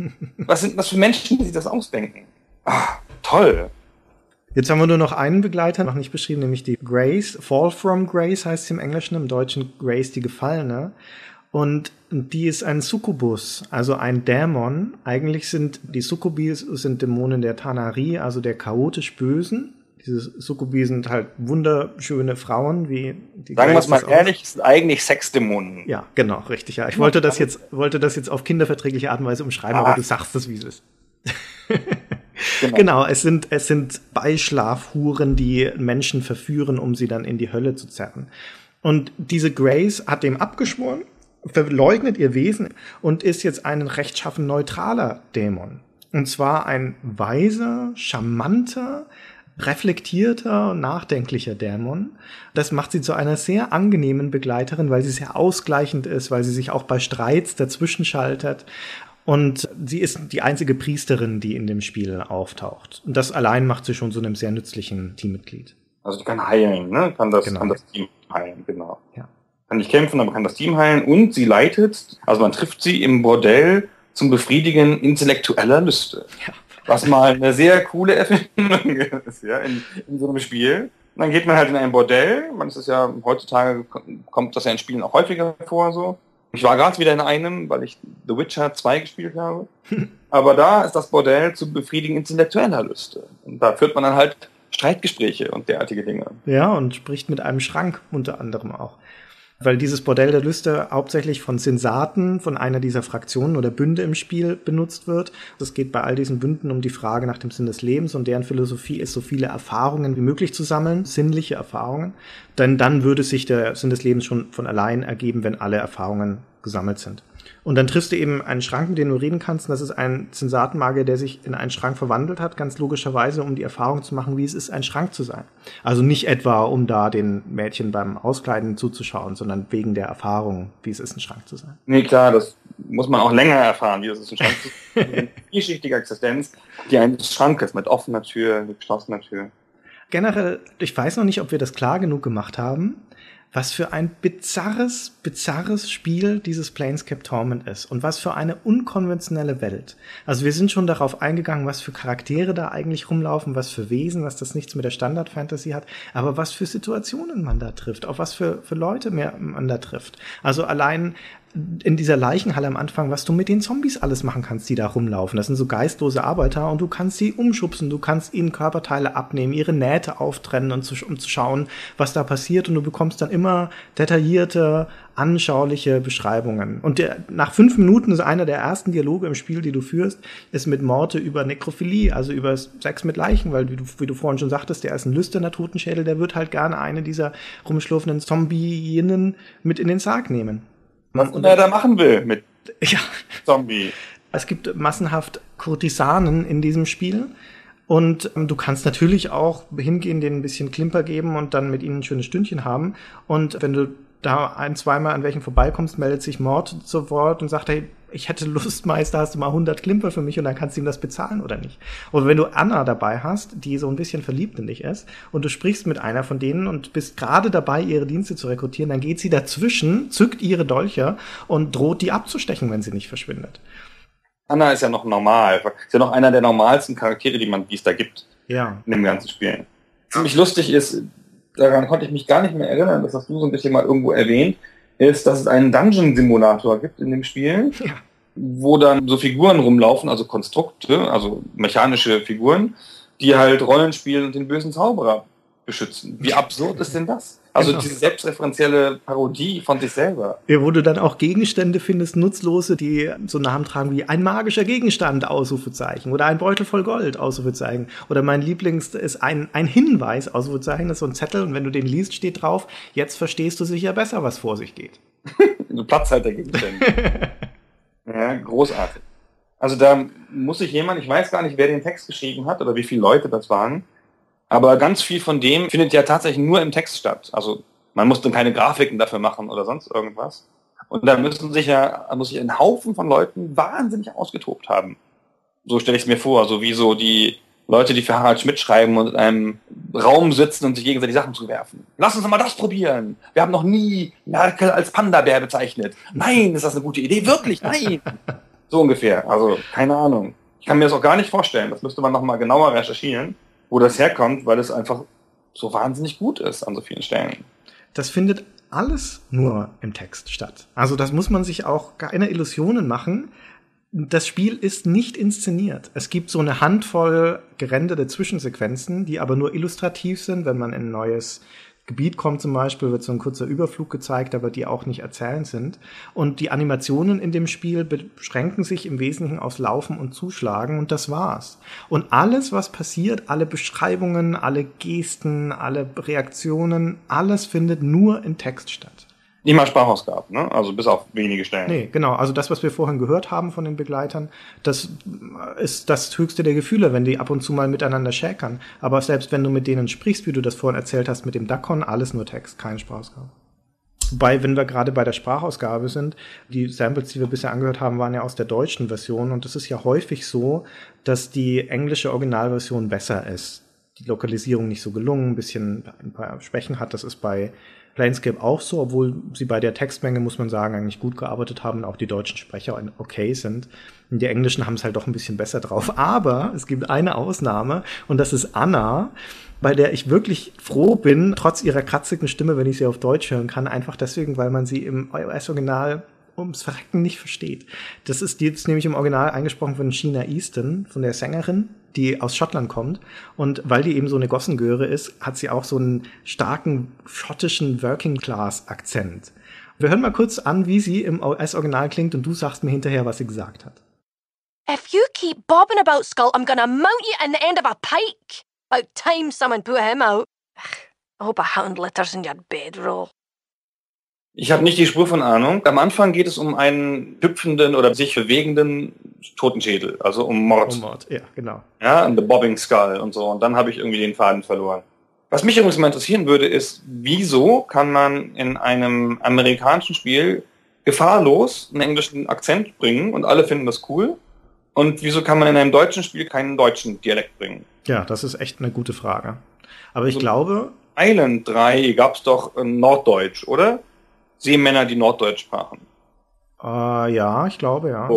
Was sind das für Menschen, die sich das ausdenken? Toll. Jetzt haben wir nur noch einen Begleiter, noch nicht beschrieben, nämlich die Grace. Fall from Grace heißt sie im Englischen, im Deutschen Grace die Gefallene. Und die ist ein Succubus, also ein Dämon. Eigentlich sind die Succubis Dämonen der Tanari, also der chaotisch Bösen. Diese Succubi sind halt wunderschöne Frauen, wie die. Sagen wir es mal ehrlich, sind eigentlich Sexdämonen. Ja, genau, richtig. Ja, ich wollte das jetzt auf kinderverträgliche Art und Weise umschreiben, aber du sagst es, wie es ist. Genau, es sind Beischlafhuren, die Menschen verführen, um sie dann in die Hölle zu zerren. Und diese Grace hat dem abgeschworen, verleugnet ihr Wesen und ist jetzt ein rechtschaffen neutraler Dämon. Und zwar ein weiser, charmanter, reflektierter, nachdenklicher Dämon. Das macht sie zu einer sehr angenehmen Begleiterin, weil sie sehr ausgleichend ist, weil sie sich auch bei Streits dazwischen schaltet. Und sie ist die einzige Priesterin, die in dem Spiel auftaucht. Und das allein macht sie schon zu einem sehr nützlichen Teammitglied. Also die kann heilen, ne? Kann das Team heilen, genau. Ja. Kann nicht kämpfen, aber kann das Team heilen. Und sie leitet, also man trifft sie im Bordell zum Befriedigen intellektueller Lüste. Ja. Was mal eine sehr coole Erfindung ist, ja, in so einem Spiel. Und dann geht man halt in ein Bordell. Man ist ja, heutzutage kommt das ja in Spielen auch häufiger vor, so. Ich war gerade wieder in einem, weil ich The Witcher 2 gespielt habe. Aber da ist das Bordell zum Befriedigen intellektueller Lüste. Und da führt man dann halt Streitgespräche und derartige Dinge. Ja, und spricht mit einem Schrank unter anderem auch. Weil dieses Bordell der Lüste hauptsächlich von Sensaten, von einer dieser Fraktionen oder Bünde im Spiel benutzt wird. Es geht bei all diesen Bünden um die Frage nach dem Sinn des Lebens und deren Philosophie ist, so viele Erfahrungen wie möglich zu sammeln, sinnliche Erfahrungen. Denn dann würde sich der Sinn des Lebens schon von allein ergeben, wenn alle Erfahrungen gesammelt sind. Und dann triffst du eben einen Schrank, mit dem du reden kannst. Und das ist ein Sensatenmagier, der sich in einen Schrank verwandelt hat, ganz logischerweise, um die Erfahrung zu machen, wie es ist, ein Schrank zu sein. Also nicht etwa, um da den Mädchen beim Auskleiden zuzuschauen, sondern wegen der Erfahrung, wie es ist, ein Schrank zu sein. Nee, klar, das muss man auch länger erfahren, wie es ist, ein Schrank zu sein. Eine vielschichtige Existenz, die eines Schrankes mit offener Tür, mit geschlossener Tür. Generell, ich weiß noch nicht, ob wir das klar genug gemacht haben, was für ein bizarres Spiel dieses Planescape Torment ist und was für eine unkonventionelle Welt. Also wir sind schon darauf eingegangen, was für Charaktere da eigentlich rumlaufen, was für Wesen, dass das nichts mit der Standard-Fantasy hat, aber was für Situationen man da trifft, auf was für Leute man da trifft. Also allein in dieser Leichenhalle am Anfang, was du mit den Zombies alles machen kannst, die da rumlaufen. Das sind so geistlose Arbeiter und du kannst sie umschubsen, du kannst ihnen Körperteile abnehmen, ihre Nähte auftrennen, um zu schauen, was da passiert, und du bekommst dann immer detaillierte, anschauliche Beschreibungen. Und nach 5 Minuten ist einer der ersten Dialoge im Spiel, die du führst, ist mit Morte über Nekrophilie, also über Sex mit Leichen, weil wie du vorhin schon sagtest, der ist ein lüsterner Totenschädel, der wird halt gerne eine dieser rumschlurfenden Zombienen mit in den Sarg nehmen. Was er da machen will mit Zombie. Es gibt massenhaft Kurtisanen in diesem Spiel. Und du kannst natürlich auch hingehen, denen ein bisschen Klimper geben und dann mit ihnen ein schönes Stündchen haben. Und wenn du da 1-2 Mal an welchen vorbeikommst, meldet sich Mord zu Wort und sagt, hey, ich hätte Lust, Meister, hast du mal 100 Klimper für mich, und dann kannst du ihm das bezahlen oder nicht. Oder wenn du Anna dabei hast, die so ein bisschen verliebt in dich ist, und du sprichst mit einer von denen und bist gerade dabei, ihre Dienste zu rekrutieren, dann geht sie dazwischen, zückt ihre Dolche und droht, die abzustechen, wenn sie nicht verschwindet. Anna ist ja noch normal. Ist ja noch einer der normalsten Charaktere, die es da gibt. Ja. In dem ganzen Spiel. Ziemlich lustig ist, daran konnte ich mich gar nicht mehr erinnern, das hast du so ein bisschen mal irgendwo erwähnt, ist, dass es einen Dungeon-Simulator gibt in dem Spiel, wo dann so Figuren rumlaufen, also Konstrukte, also mechanische Figuren, die halt Rollen spielen und den bösen Zauberer beschützen. Wie absurd ist denn das? Also diese selbstreferenzielle Parodie von sich selber. Ja, wo du dann auch Gegenstände findest, nutzlose, die so Namen tragen wie ein magischer Gegenstand, Ausrufezeichen, oder ein Beutel voll Gold, Ausrufezeichen. Oder mein Lieblings ist ein Hinweis, Ausrufezeichen, das ist so ein Zettel, und wenn du den liest, steht drauf, jetzt verstehst du sicher besser, was vor sich geht. Du Platzhaltergegenstände. Ja, großartig. Also da muss sich jemand, ich weiß gar nicht, wer den Text geschrieben hat oder wie viele Leute das waren, aber ganz viel von dem findet ja tatsächlich nur im Text statt. Also man muss dann keine Grafiken dafür machen oder sonst irgendwas. Und da muss sich ein Haufen von Leuten wahnsinnig ausgetobt haben. So stelle ich es mir vor, so wie so die Leute, die für Harald Schmidt schreiben und in einem Raum sitzen und sich gegenseitig Sachen zuwerfen. Lass uns mal das probieren. Wir haben noch nie Merkel als Panda-Bär bezeichnet. Nein, ist das eine gute Idee? Wirklich? Nein. So ungefähr. Also keine Ahnung. Ich kann mir das auch gar nicht vorstellen. Das müsste man noch mal genauer recherchieren, wo das herkommt, weil es einfach so wahnsinnig gut ist an so vielen Stellen. Das findet alles nur im Text statt. Also das muss man sich auch keine Illusionen machen. Das Spiel ist nicht inszeniert. Es gibt so eine Handvoll gerenderte Zwischensequenzen, die aber nur illustrativ sind. Wenn man in ein neues Gebiet kommt zum Beispiel, wird so ein kurzer Überflug gezeigt, aber die auch nicht erzählend sind. Und die Animationen in dem Spiel beschränken sich im Wesentlichen aufs Laufen und Zuschlagen, und das war's. Und alles, was passiert, alle Beschreibungen, alle Gesten, alle Reaktionen, alles findet nur in Text statt. Nicht mal Sprachausgaben, ne? Also bis auf wenige Stellen. Nee, genau. Also das, was wir vorhin gehört haben von den Begleitern, das ist das höchste der Gefühle, wenn die ab und zu mal miteinander schäkern. Aber selbst wenn du mit denen sprichst, wie du das vorhin erzählt hast mit dem Dakon, alles nur Text, keine Sprachausgabe. Wobei, wenn wir gerade bei der Sprachausgabe sind, die Samples, die wir bisher angehört haben, waren ja aus der deutschen Version, und es ist ja häufig so, dass die englische Originalversion besser ist. Die Lokalisierung nicht so gelungen, ein paar Schwächen hat. Das ist bei Planescape auch so, obwohl sie bei der Textmenge, muss man sagen, eigentlich gut gearbeitet haben und auch die deutschen Sprecher okay sind. Und die Englischen haben es halt doch ein bisschen besser drauf. Aber es gibt eine Ausnahme, und das ist Anna, bei der ich wirklich froh bin, trotz ihrer kratzigen Stimme, wenn ich sie auf Deutsch hören kann, einfach deswegen, weil man sie im US-Original ums Verrecken nicht versteht. Die ist nämlich im Original eingesprochen von Sheena Easton, von der Sängerin, die aus Schottland kommt. Und weil die eben so eine Gossengöre ist, hat sie auch so einen starken schottischen Working-Class-Akzent. Wir hören mal kurz an, wie sie im US-Original klingt, und du sagst mir hinterher, was sie gesagt hat. If you keep bobbing about, Skull, I'm gonna mount you in the end of a pike. About time someone put him out. I hope a hound litters in your bedroll. Ich habe nicht die Spur von Ahnung. Am Anfang geht es um einen hüpfenden oder sich bewegenden Totenschädel, also um Mord. Um Mord, ja, genau. Ja, the bobbing skull und so. Und dann habe ich irgendwie den Faden verloren. Was mich übrigens mal interessieren würde, ist, wieso kann man in einem amerikanischen Spiel gefahrlos einen englischen Akzent bringen und alle finden das cool? Und wieso kann man in einem deutschen Spiel keinen deutschen Dialekt bringen? Ja, das ist echt eine gute Frage. Aber ich glaube... Island 3 gab es doch Norddeutsch, oder? Seemänner, die Norddeutsch sprachen. Ja, ich glaube, ja.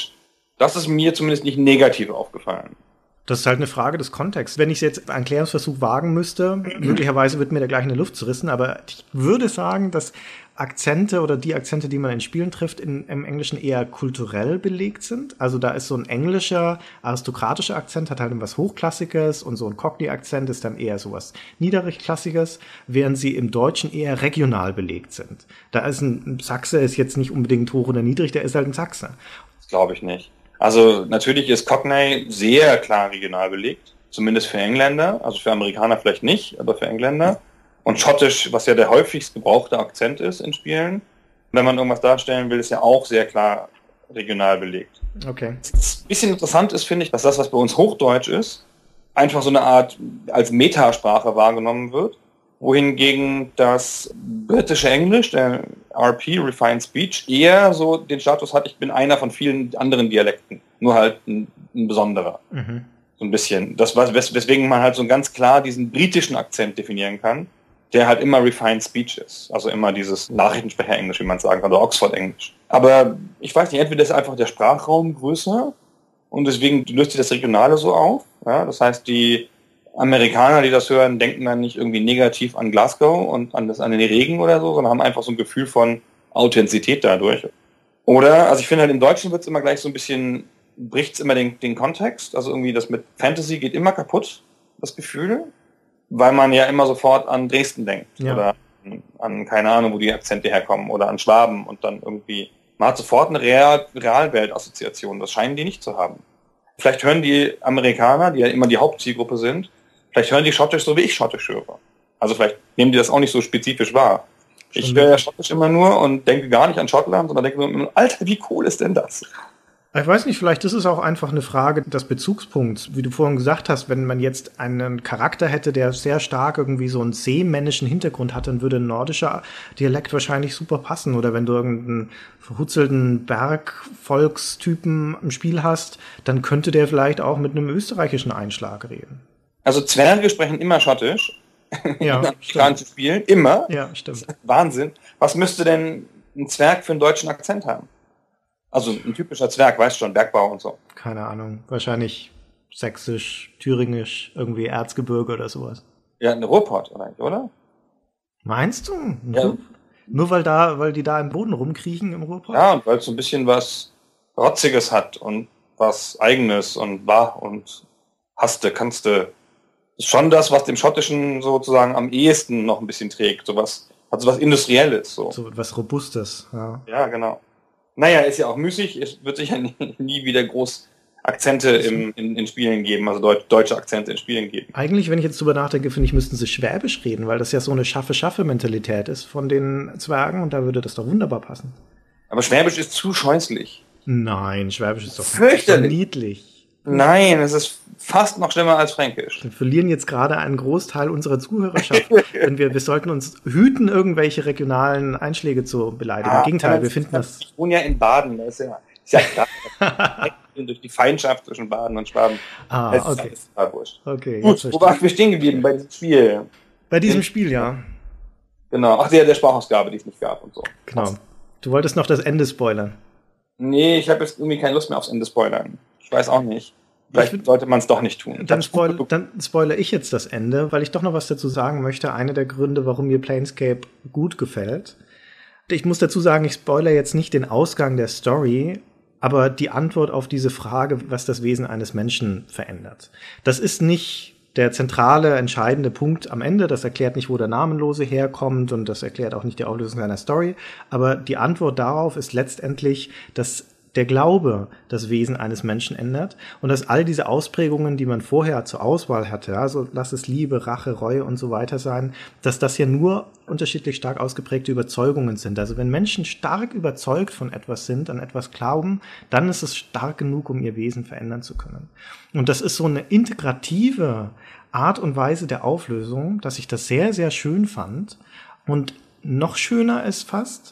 Das ist mir zumindest nicht negativ aufgefallen. Das ist halt eine Frage des Kontexts. Wenn ich jetzt einen Erklärungsversuch wagen müsste, möglicherweise wird mir da gleich in der Luft zerrissen, aber ich würde sagen, dass Akzente oder die Akzente, die man in Spielen trifft, im Englischen eher kulturell belegt sind. Also da ist so ein englischer, aristokratischer Akzent, hat halt was Hochklassiges, und so ein Cockney-Akzent ist dann eher sowas Niedrigklassiges, während sie im Deutschen eher regional belegt sind. Da ist ein Sachse ist jetzt nicht unbedingt hoch oder niedrig, der ist halt ein Sachse. Das glaube ich nicht. Also natürlich ist Cockney sehr klar regional belegt, zumindest für Engländer, also für Amerikaner vielleicht nicht, aber für Engländer. Und Schottisch, was ja der häufigst gebrauchte Akzent ist in Spielen, wenn man irgendwas darstellen will, ist ja auch sehr klar regional belegt. Okay. Was ein bisschen interessant ist, finde ich, dass das, was bei uns Hochdeutsch ist, einfach so eine Art als Metasprache wahrgenommen wird, wohingegen das britische Englisch, der RP, Refined Speech, eher so den Status hat, ich bin einer von vielen anderen Dialekten, nur halt ein besonderer. Mhm. So ein bisschen. Das, weswegen man halt so ganz klar diesen britischen Akzent definieren kann, der halt immer Refined Speech ist. Also immer dieses Nachrichtensprecher-Englisch, wie man sagen kann, oder Oxford-Englisch. Aber ich weiß nicht, entweder ist einfach der Sprachraum größer und deswegen löst sich das Regionale so auf. Ja? Das heißt, die Amerikaner, die das hören, denken dann nicht irgendwie negativ an Glasgow und an den Regen oder so, sondern haben einfach so ein Gefühl von Authentizität dadurch. Oder, also ich finde halt im Deutschen wird es immer gleich so ein bisschen, bricht es immer den Kontext. Also irgendwie das mit Fantasy geht immer kaputt, das Gefühl, weil man ja immer sofort an Dresden denkt. Ja. Oder an, keine Ahnung, wo die Akzente herkommen, oder an Schwaben, und dann irgendwie, man hat sofort eine Realwelt-Assoziation. Das scheinen die nicht zu haben. Vielleicht hören die Amerikaner, die ja immer die Hauptzielgruppe sind, vielleicht hören die Schottisch so, wie ich Schottisch höre. Also vielleicht nehmen die das auch nicht so spezifisch wahr. Ich höre ja Schottisch immer nur und denke gar nicht an Schottland, sondern denke nur, Alter, wie cool ist denn das? Ich weiß nicht, vielleicht ist es auch einfach eine Frage des Bezugspunkts. Wie du vorhin gesagt hast, wenn man jetzt einen Charakter hätte, der sehr stark irgendwie so einen seemännischen Hintergrund hat, dann würde ein nordischer Dialekt wahrscheinlich super passen. Oder wenn du irgendeinen verhutzelten Bergvolkstypen im Spiel hast, dann könnte der vielleicht auch mit einem österreichischen Einschlag reden. Also Zwerge sprechen immer Schottisch. Ja, zu spielen, immer. Ja, stimmt. Wahnsinn. Was müsste denn ein Zwerg für einen deutschen Akzent haben? Also ein typischer Zwerg, weißt schon, Bergbau und so. Keine Ahnung. Wahrscheinlich sächsisch, thüringisch, irgendwie Erzgebirge oder sowas. Ja, eine Ruhrpott, oder? Meinst du? Ja. Nur weil die da im Boden rumkriechen im Ruhrpott? Ja, und weil es so ein bisschen was Rotziges hat und was Eigenes und und kannste. Das ist schon das, was dem Schottischen sozusagen am ehesten noch ein bisschen trägt. Sowas Industrielles. So was Robustes, ja. Ja, genau. Naja, ist ja auch müßig. Es wird sicher nie wieder groß Akzente in Spielen geben, also deutsche Akzente in Spielen geben. Eigentlich, wenn ich jetzt drüber nachdenke, finde ich, müssten sie Schwäbisch reden, weil das ja so eine Schaffe-Mentalität ist von den Zwergen, und da würde das doch wunderbar passen. Aber Schwäbisch ist zu scheußlich. Nein, Schwäbisch ist doch fürchterlich. Niedlich. Nein, es ist fast noch schlimmer als Fränkisch. Wir verlieren jetzt gerade einen Großteil unserer Zuhörerschaft. Denn wir sollten uns hüten, irgendwelche regionalen Einschläge zu beleidigen. Im Gegenteil, wir finden das... Ich wohne ja in Baden, das ist ja klar. Durch die Feindschaft zwischen Baden und Schwaben. Okay. Ist total wurscht. Okay, gut, wo waren wir stehen geblieben? Bei diesem Spiel? Bei diesem Spiel, ja. Genau. Ach, der Sprachausgabe, die es nicht gab und so. Genau. Du wolltest noch das Ende spoilern. Nee, ich habe jetzt irgendwie keine Lust mehr aufs Ende spoilern. Ich weiß auch nicht. Vielleicht sollte man es doch nicht tun. Dann spoilere ich jetzt das Ende, weil ich doch noch was dazu sagen möchte. Einer der Gründe, warum mir Planescape gut gefällt. Ich muss dazu sagen, ich spoilere jetzt nicht den Ausgang der Story, aber die Antwort auf diese Frage, was das Wesen eines Menschen verändert. Das ist nicht der zentrale, entscheidende Punkt am Ende. Das erklärt nicht, wo der Namenlose herkommt, und das erklärt auch nicht die Auflösung seiner Story. Aber die Antwort darauf ist letztendlich, dass der Glaube das Wesen eines Menschen ändert und dass all diese Ausprägungen, die man vorher zur Auswahl hatte, also lass es Liebe, Rache, Reue und so weiter sein, dass das ja nur unterschiedlich stark ausgeprägte Überzeugungen sind. Also wenn Menschen stark überzeugt von etwas sind, an etwas glauben, dann ist es stark genug, um ihr Wesen verändern zu können. Und das ist so eine integrative Art und Weise der Auflösung, dass ich das sehr, sehr schön fand. Und noch schöner ist fast,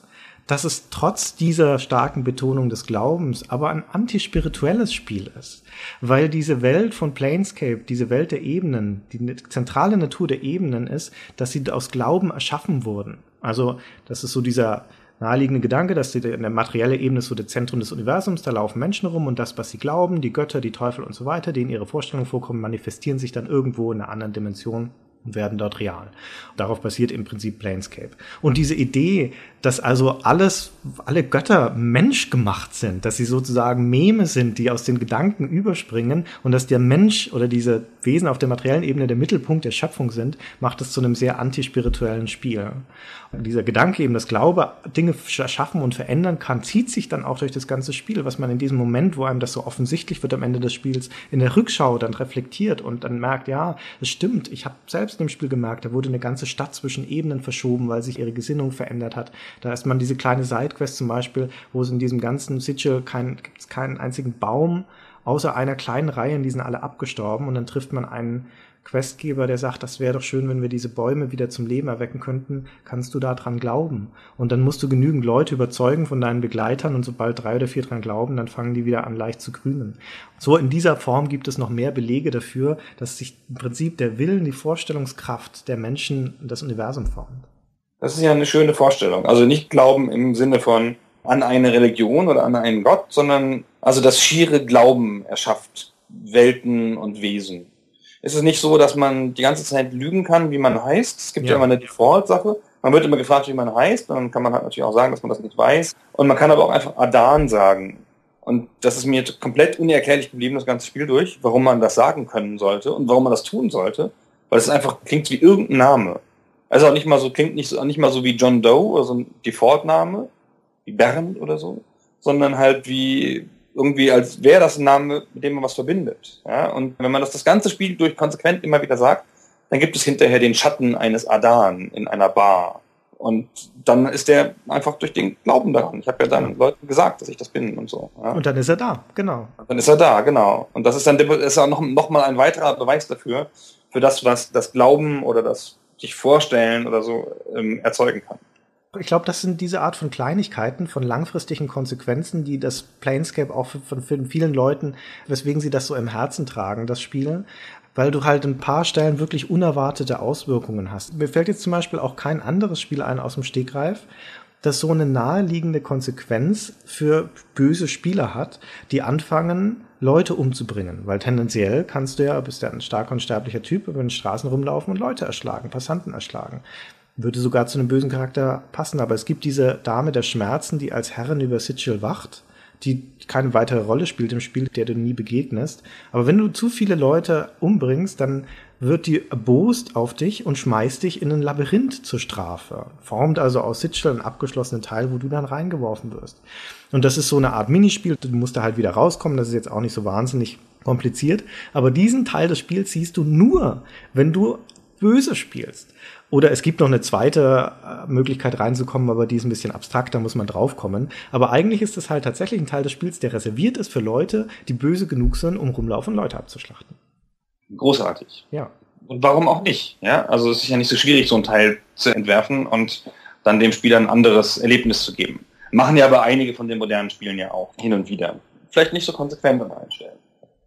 dass es trotz dieser starken Betonung des Glaubens aber ein antispirituelles Spiel ist. Weil diese Welt von Planescape, diese Welt der Ebenen, die zentrale Natur der Ebenen ist, dass sie aus Glauben erschaffen wurden. Also das ist so dieser naheliegende Gedanke, dass eine materielle Ebene ist so das Zentrum des Universums, da laufen Menschen rum und das, was sie glauben, die Götter, die Teufel und so weiter, denen ihre Vorstellungen vorkommen, manifestieren sich dann irgendwo in einer anderen Dimension und werden dort real. Darauf basiert im Prinzip Planescape. Und diese Idee, dass also alle Götter menschgemacht sind, dass sie sozusagen Meme sind, die aus den Gedanken überspringen und dass der Mensch oder diese Wesen auf der materiellen Ebene der Mittelpunkt der Schöpfung sind, macht es zu einem sehr antispirituellen Spiel. Und dieser Gedanke eben, dass Glaube Dinge schaffen und verändern kann, zieht sich dann auch durch das ganze Spiel, was man in diesem Moment, wo einem das so offensichtlich wird am Ende des Spiels, in der Rückschau dann reflektiert und dann merkt, ja, das stimmt, ich habe selbst im Spiel gemerkt, da wurde eine ganze Stadt zwischen Ebenen verschoben, weil sich ihre Gesinnung verändert hat. Da ist man diese kleine Sidequest zum Beispiel, wo es in diesem ganzen Sigil gibt es keinen einzigen Baum, außer einer kleinen Reihe, die sind alle abgestorben und dann trifft man einen Questgeber, der sagt, das wäre doch schön, wenn wir diese Bäume wieder zum Leben erwecken könnten, kannst du da dran glauben? Und dann musst du genügend Leute überzeugen von deinen Begleitern und sobald 3 oder 4 dran glauben, dann fangen die wieder an leicht zu grünen. So in dieser Form gibt es noch mehr Belege dafür, dass sich im Prinzip der Willen, die Vorstellungskraft der Menschen das Universum formt. Das ist ja eine schöne Vorstellung. Also nicht Glauben im Sinne von an eine Religion oder an einen Gott, sondern also das schiere Glauben erschafft Welten und Wesen. Es ist nicht so, dass man die ganze Zeit lügen kann, wie man heißt. Es gibt ja immer eine Default-Sache. Man wird immer gefragt, wie man heißt. Dann kann man halt natürlich auch sagen, dass man das nicht weiß. Und man kann aber auch einfach Adan sagen. Und das ist mir komplett unerklärlich geblieben, das ganze Spiel durch, warum man das sagen können sollte und warum man das tun sollte. Weil es einfach klingt wie irgendein Name. Also auch nicht mal so, klingt nicht mal so wie John Doe oder so ein Default-Name, wie Bernd oder so, sondern halt wie irgendwie, als wäre das ein Name, mit dem man was verbindet. Ja? Und wenn man das ganze Spiel durch konsequent immer wieder sagt, dann gibt es hinterher den Schatten eines Adan in einer Bar. Und dann ist der einfach durch den Glauben daran. Ich habe ja dann Leuten gesagt, dass ich das bin und so. Ja? Und dann ist er da, genau. Dann ist er da, genau. Und das ist dann ist auch noch mal ein weiterer Beweis dafür, für das, was das Glauben oder das sich vorstellen oder so erzeugen kann. Ich glaube, das sind diese Art von Kleinigkeiten, von langfristigen Konsequenzen, die das Planescape auch von vielen Leuten, weswegen sie das so im Herzen tragen, das Spiel, weil du halt ein paar Stellen wirklich unerwartete Auswirkungen hast. Mir fällt jetzt zum Beispiel auch kein anderes Spiel ein aus dem Stegreif, das so eine naheliegende Konsequenz für böse Spieler hat, die anfangen, Leute umzubringen. Weil tendenziell kannst du ja, bist ja ein starker und sterblicher Typ, über den Straßen rumlaufen und Leute erschlagen, Passanten erschlagen. Würde sogar zu einem bösen Charakter passen, aber es gibt diese Dame der Schmerzen, die als Herrin über Sigil wacht, die keine weitere Rolle spielt im Spiel, der du nie begegnest. Aber wenn du zu viele Leute umbringst, dann wird die erbost auf dich und schmeißt dich in ein Labyrinth zur Strafe. Formt also aus Sigil einen abgeschlossenen Teil, wo du dann reingeworfen wirst. Und das ist so eine Art Minispiel, du musst da halt wieder rauskommen, das ist jetzt auch nicht so wahnsinnig kompliziert. Aber diesen Teil des Spiels siehst du nur, wenn du böse spielst. Oder es gibt noch eine zweite Möglichkeit reinzukommen, aber die ist ein bisschen abstrakt, da muss man draufkommen. Aber eigentlich ist es halt tatsächlich ein Teil des Spiels, der reserviert ist für Leute, die böse genug sind, um rumlaufen und Leute abzuschlachten. Großartig. Ja. Und warum auch nicht? Ja, also es ist ja nicht so schwierig, so einen Teil zu entwerfen und dann dem Spieler ein anderes Erlebnis zu geben. Machen ja aber einige von den modernen Spielen ja auch hin und wieder. Vielleicht nicht so konsequent an allen Stellen.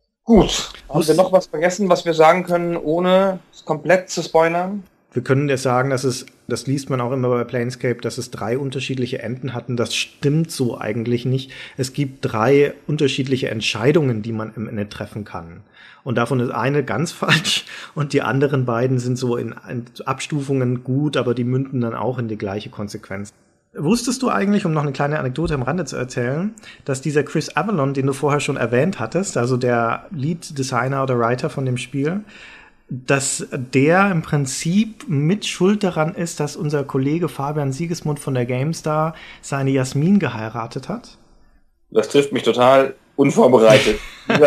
Gut. Haben wir noch was vergessen, was wir sagen können, ohne es komplett zu spoilern? Wir können ja sagen, das liest man auch immer bei Planescape, dass es 3 unterschiedliche Enden hatten. Das stimmt so eigentlich nicht. Es gibt 3 unterschiedliche Entscheidungen, die man im Ende treffen kann. Und davon ist eine ganz falsch und die anderen beiden sind so in Abstufungen gut, aber die münden dann auch in die gleiche Konsequenz. Wusstest du eigentlich, um noch eine kleine Anekdote am Rande zu erzählen, dass dieser Chris Avellone, den du vorher schon erwähnt hattest, also der Lead-Designer oder Writer von dem Spiel, dass der im Prinzip mit schuld daran ist, dass unser Kollege Fabian Siegesmund von der GameStar seine Jasmin geheiratet hat? Das trifft mich total unvorbereitet.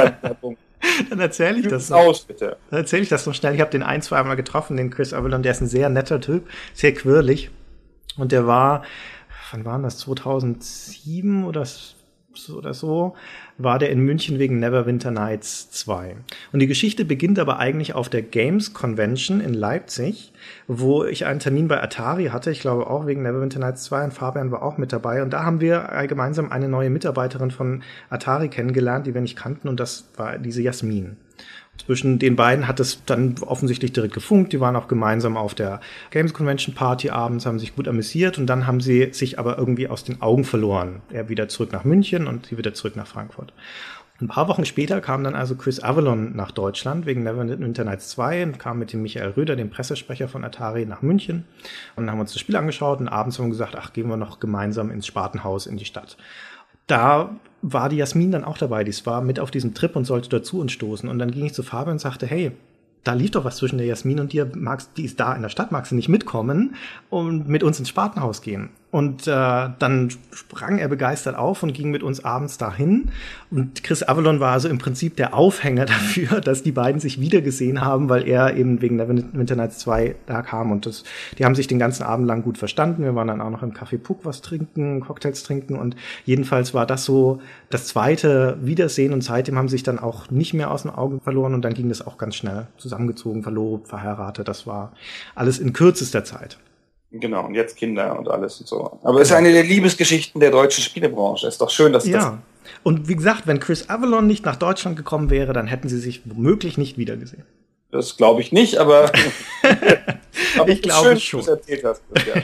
Dann erzähle ich das noch. Bitte. Dann erzähle ich das noch schnell. Ich habe den 1-2 Mal getroffen, den Chris Avellone. Der ist ein sehr netter Typ, sehr quirlig. Und der war, wann war das? 2007 oder oder so, war der in München wegen Neverwinter Nights 2. Und die Geschichte beginnt aber eigentlich auf der Games Convention in Leipzig, wo ich einen Termin bei Atari hatte, ich glaube auch wegen Neverwinter Nights 2, und Fabian war auch mit dabei. Und da haben wir gemeinsam eine neue Mitarbeiterin von Atari kennengelernt, die wir nicht kannten, und das war diese Jasmin. Zwischen den beiden hat es dann offensichtlich direkt gefunkt. Die waren auch gemeinsam auf der Games Convention Party abends, haben sich gut amüsiert, und dann haben sie sich aber irgendwie aus den Augen verloren. Er wieder zurück nach München und sie wieder zurück nach Frankfurt. Ein paar Wochen später kam dann also Chris Avellone nach Deutschland wegen Neverwinter Nights 2 und kam mit dem Michael Röder, dem Pressesprecher von Atari, nach München, und haben uns das Spiel angeschaut, und abends haben wir gesagt, ach, gehen wir noch gemeinsam ins Spatenhaus in die Stadt. Da war die Jasmin dann auch dabei, die war mit auf diesem Trip und sollte dazu uns stoßen. Und dann ging ich zu Fabian und sagte, hey, da lief doch was zwischen der Jasmin und dir, die ist da in der Stadt, magst du nicht mitkommen und mit uns ins Spatenhaus gehen? Und dann sprang er begeistert auf und ging mit uns abends dahin. Und Chris Avellone war also im Prinzip der Aufhänger dafür, dass die beiden sich wiedergesehen haben, weil er eben wegen Neverwinter Nights 2 da kam. Und die haben sich den ganzen Abend lang gut verstanden. Wir waren dann auch noch im Café Puck was trinken, Cocktails trinken. Und jedenfalls war das so das zweite Wiedersehen. Und seitdem haben sie sich dann auch nicht mehr aus den Augen verloren. Und dann ging das auch ganz schnell. Zusammengezogen, verlobt, verheiratet. Das war alles in kürzester Zeit. Genau, und jetzt Kinder und alles und so. Aber es ist eine der Liebesgeschichten der deutschen Spielebranche. Ist doch schön, dass das... Und wie gesagt, wenn Chris Avellone nicht nach Deutschland gekommen wäre, dann hätten sie sich womöglich nicht wiedergesehen. Das glaube ich nicht, aber... aber ich glaube schön, schon. Dass du es erzählt hast. Ja.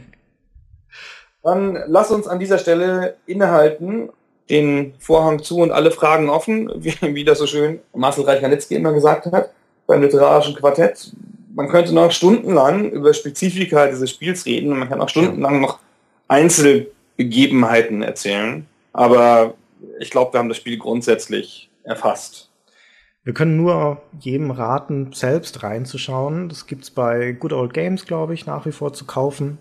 Dann lass uns an dieser Stelle innehalten, den Vorhang zu und alle Fragen offen, wie das so schön Marcel Reich-Ranitzky immer gesagt hat, beim literarischen Quartett. Man könnte noch stundenlang über Spezifika dieses Spiels reden und man kann auch stundenlang noch Einzelbegebenheiten erzählen. Aber ich glaube, wir haben das Spiel grundsätzlich erfasst. Wir können nur jedem raten, selbst reinzuschauen. Das gibt's bei Good Old Games, glaube ich, nach wie vor zu kaufen.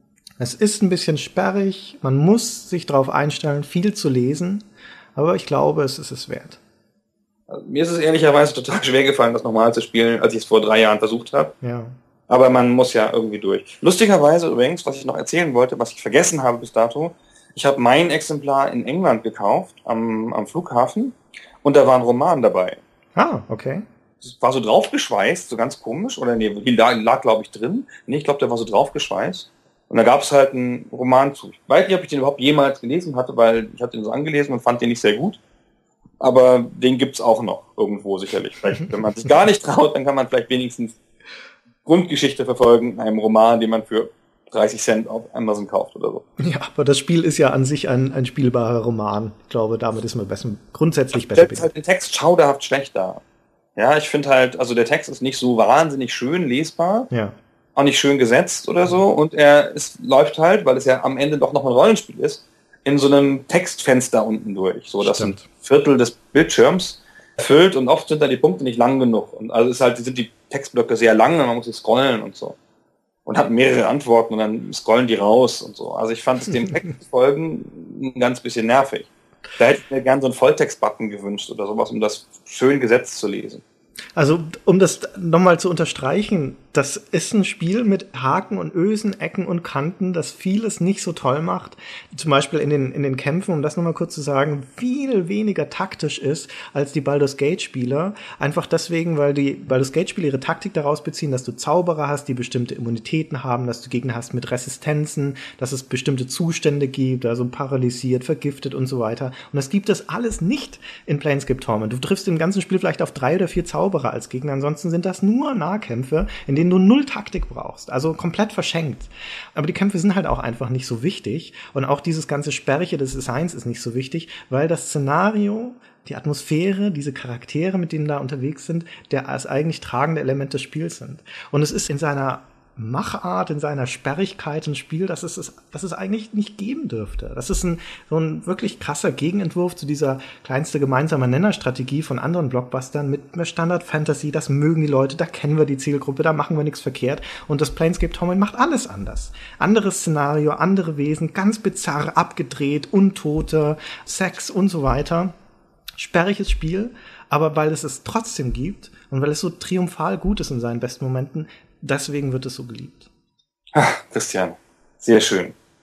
Es ist ein bisschen sperrig. Man muss sich darauf einstellen, viel zu lesen. Aber ich glaube, es ist es wert. Also mir ist es ehrlicherweise total schwer gefallen, das nochmal zu spielen, als ich es vor 3 Jahren versucht habe. Ja. Aber man muss ja irgendwie durch. Lustigerweise übrigens, was ich noch erzählen wollte, was ich vergessen habe bis dato, ich habe mein Exemplar in England gekauft, am Flughafen, und da war ein Roman dabei. Ah, okay. Das war so draufgeschweißt, so ganz komisch, oder nee, lag glaube ich drin. Nee, ich glaube, der war so draufgeschweißt. Und da gab es halt einen Roman zu. Ich weiß nicht, ob ich den überhaupt jemals gelesen hatte, weil ich hatte den so angelesen und fand den nicht sehr gut. Aber den gibt's auch noch irgendwo sicherlich. Vielleicht, wenn man sich gar nicht traut, dann kann man vielleicht wenigstens Grundgeschichte verfolgen in einem Roman, den man für 30 Cent auf Amazon kauft oder so. Ja, aber das Spiel ist ja an sich ein spielbarer Roman. Ich glaube, damit ist man grundsätzlich besser. Das ist halt den Text schauderhaft schlecht da. Ja, ich finde halt, also der Text ist nicht so wahnsinnig schön lesbar. Ja. Auch nicht schön gesetzt oder so. Und läuft halt, weil es ja am Ende doch noch ein Rollenspiel ist, in so einem Textfenster unten durch. So, das ein Viertel des Bildschirms erfüllt, und oft sind da die Punkte nicht lang genug. Und also sind die Textblöcke sehr lang und man muss sie scrollen und so. Und hat mehrere Antworten und dann scrollen die raus und so. Also ich fand es dem Text folgen ein ganz bisschen nervig. Da hätte ich mir gern so einen Volltext-Button gewünscht oder sowas, um das schön gesetzt zu lesen. Also, um das nochmal zu unterstreichen, das ist ein Spiel mit Haken und Ösen, Ecken und Kanten, das vieles nicht so toll macht. Zum Beispiel in den Kämpfen, um das nochmal kurz zu sagen, viel weniger taktisch ist als die Baldur's Gate-Spieler. Einfach deswegen, weil die Baldur's Gate-Spieler ihre Taktik daraus beziehen, dass du Zauberer hast, die bestimmte Immunitäten haben, dass du Gegner hast mit Resistenzen, dass es bestimmte Zustände gibt, also paralysiert, vergiftet und so weiter. Und das gibt es alles nicht in Planescape Torment. Du triffst im ganzen Spiel vielleicht auf 3 oder 4 Zauberer als Gegner. Ansonsten sind das nur Nahkämpfe, in denen du 0 Taktik brauchst. Also komplett verschenkt. Aber die Kämpfe sind halt auch einfach nicht so wichtig. Und auch dieses ganze Sperrige des Designs ist nicht so wichtig, weil das Szenario, die Atmosphäre, diese Charaktere, mit denen da unterwegs sind, der als eigentlich tragende Element des Spiels sind. Und es ist in seiner Machart, in seiner Sperrigkeit ein Spiel, das es eigentlich nicht geben dürfte. Das ist so ein wirklich krasser Gegenentwurf zu dieser kleinste gemeinsame Nennerstrategie von anderen Blockbustern mit Standard Fantasy. Das mögen die Leute, da kennen wir die Zielgruppe, da machen wir nichts verkehrt. Und das Planescape Torment macht alles anders. Anderes Szenario, andere Wesen, ganz bizarr, abgedreht, Untote, Sex und so weiter. Sperriges Spiel, aber weil es trotzdem gibt und weil es so triumphal gut ist in seinen besten Momenten, deswegen wird es so geliebt. Ach, Christian, sehr schön.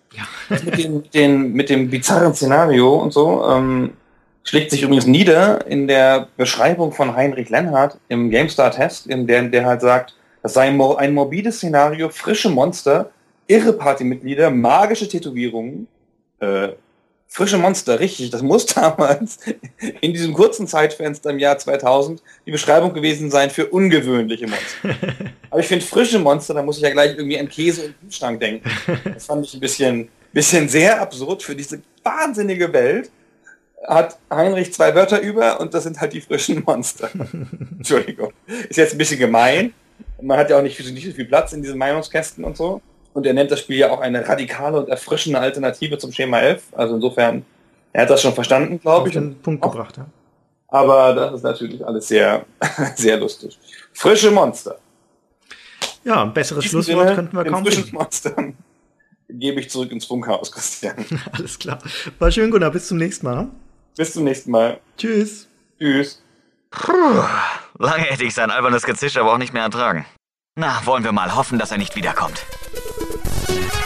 Das mit dem bizarren Szenario und so schlägt sich übrigens nieder in der Beschreibung von Heinrich Lenhardt im GameStar-Test, in der halt sagt, das sei ein morbides Szenario, frische Monster, irre Partymitglieder, magische Tätowierungen, frische Monster, richtig, das muss damals in diesem kurzen Zeitfenster im Jahr 2000 die Beschreibung gewesen sein für ungewöhnliche Monster. Aber ich finde frische Monster, da muss ich ja gleich irgendwie an Käse und Kühlschrank denken. Das fand ich ein bisschen sehr absurd für diese wahnsinnige Welt. Hat Heinrich 2 Wörter über und das sind halt die frischen Monster. Entschuldigung. Ist jetzt ein bisschen gemein. Man hat ja auch nicht so viel Platz in diesen Meinungskästen und so. Und er nennt das Spiel ja auch eine radikale und erfrischende Alternative zum Schema F. Also insofern, er hat das schon verstanden, glaube ich. Auf den Punkt gebracht, ja. Aber das ist natürlich alles sehr, sehr lustig. Frische Monster. Ja, ein besseres Schlusswort könnten wir kaum frischen Monstern gebe ich zurück ins Funkhaus, Christian. Alles klar. War schön, Gunnar. Bis zum nächsten Mal. Bis zum nächsten Mal. Tschüss. Tschüss. Puh, lange hätte ich sein albernes Gezisch aber auch nicht mehr ertragen. Na, wollen wir mal hoffen, dass er nicht wiederkommt.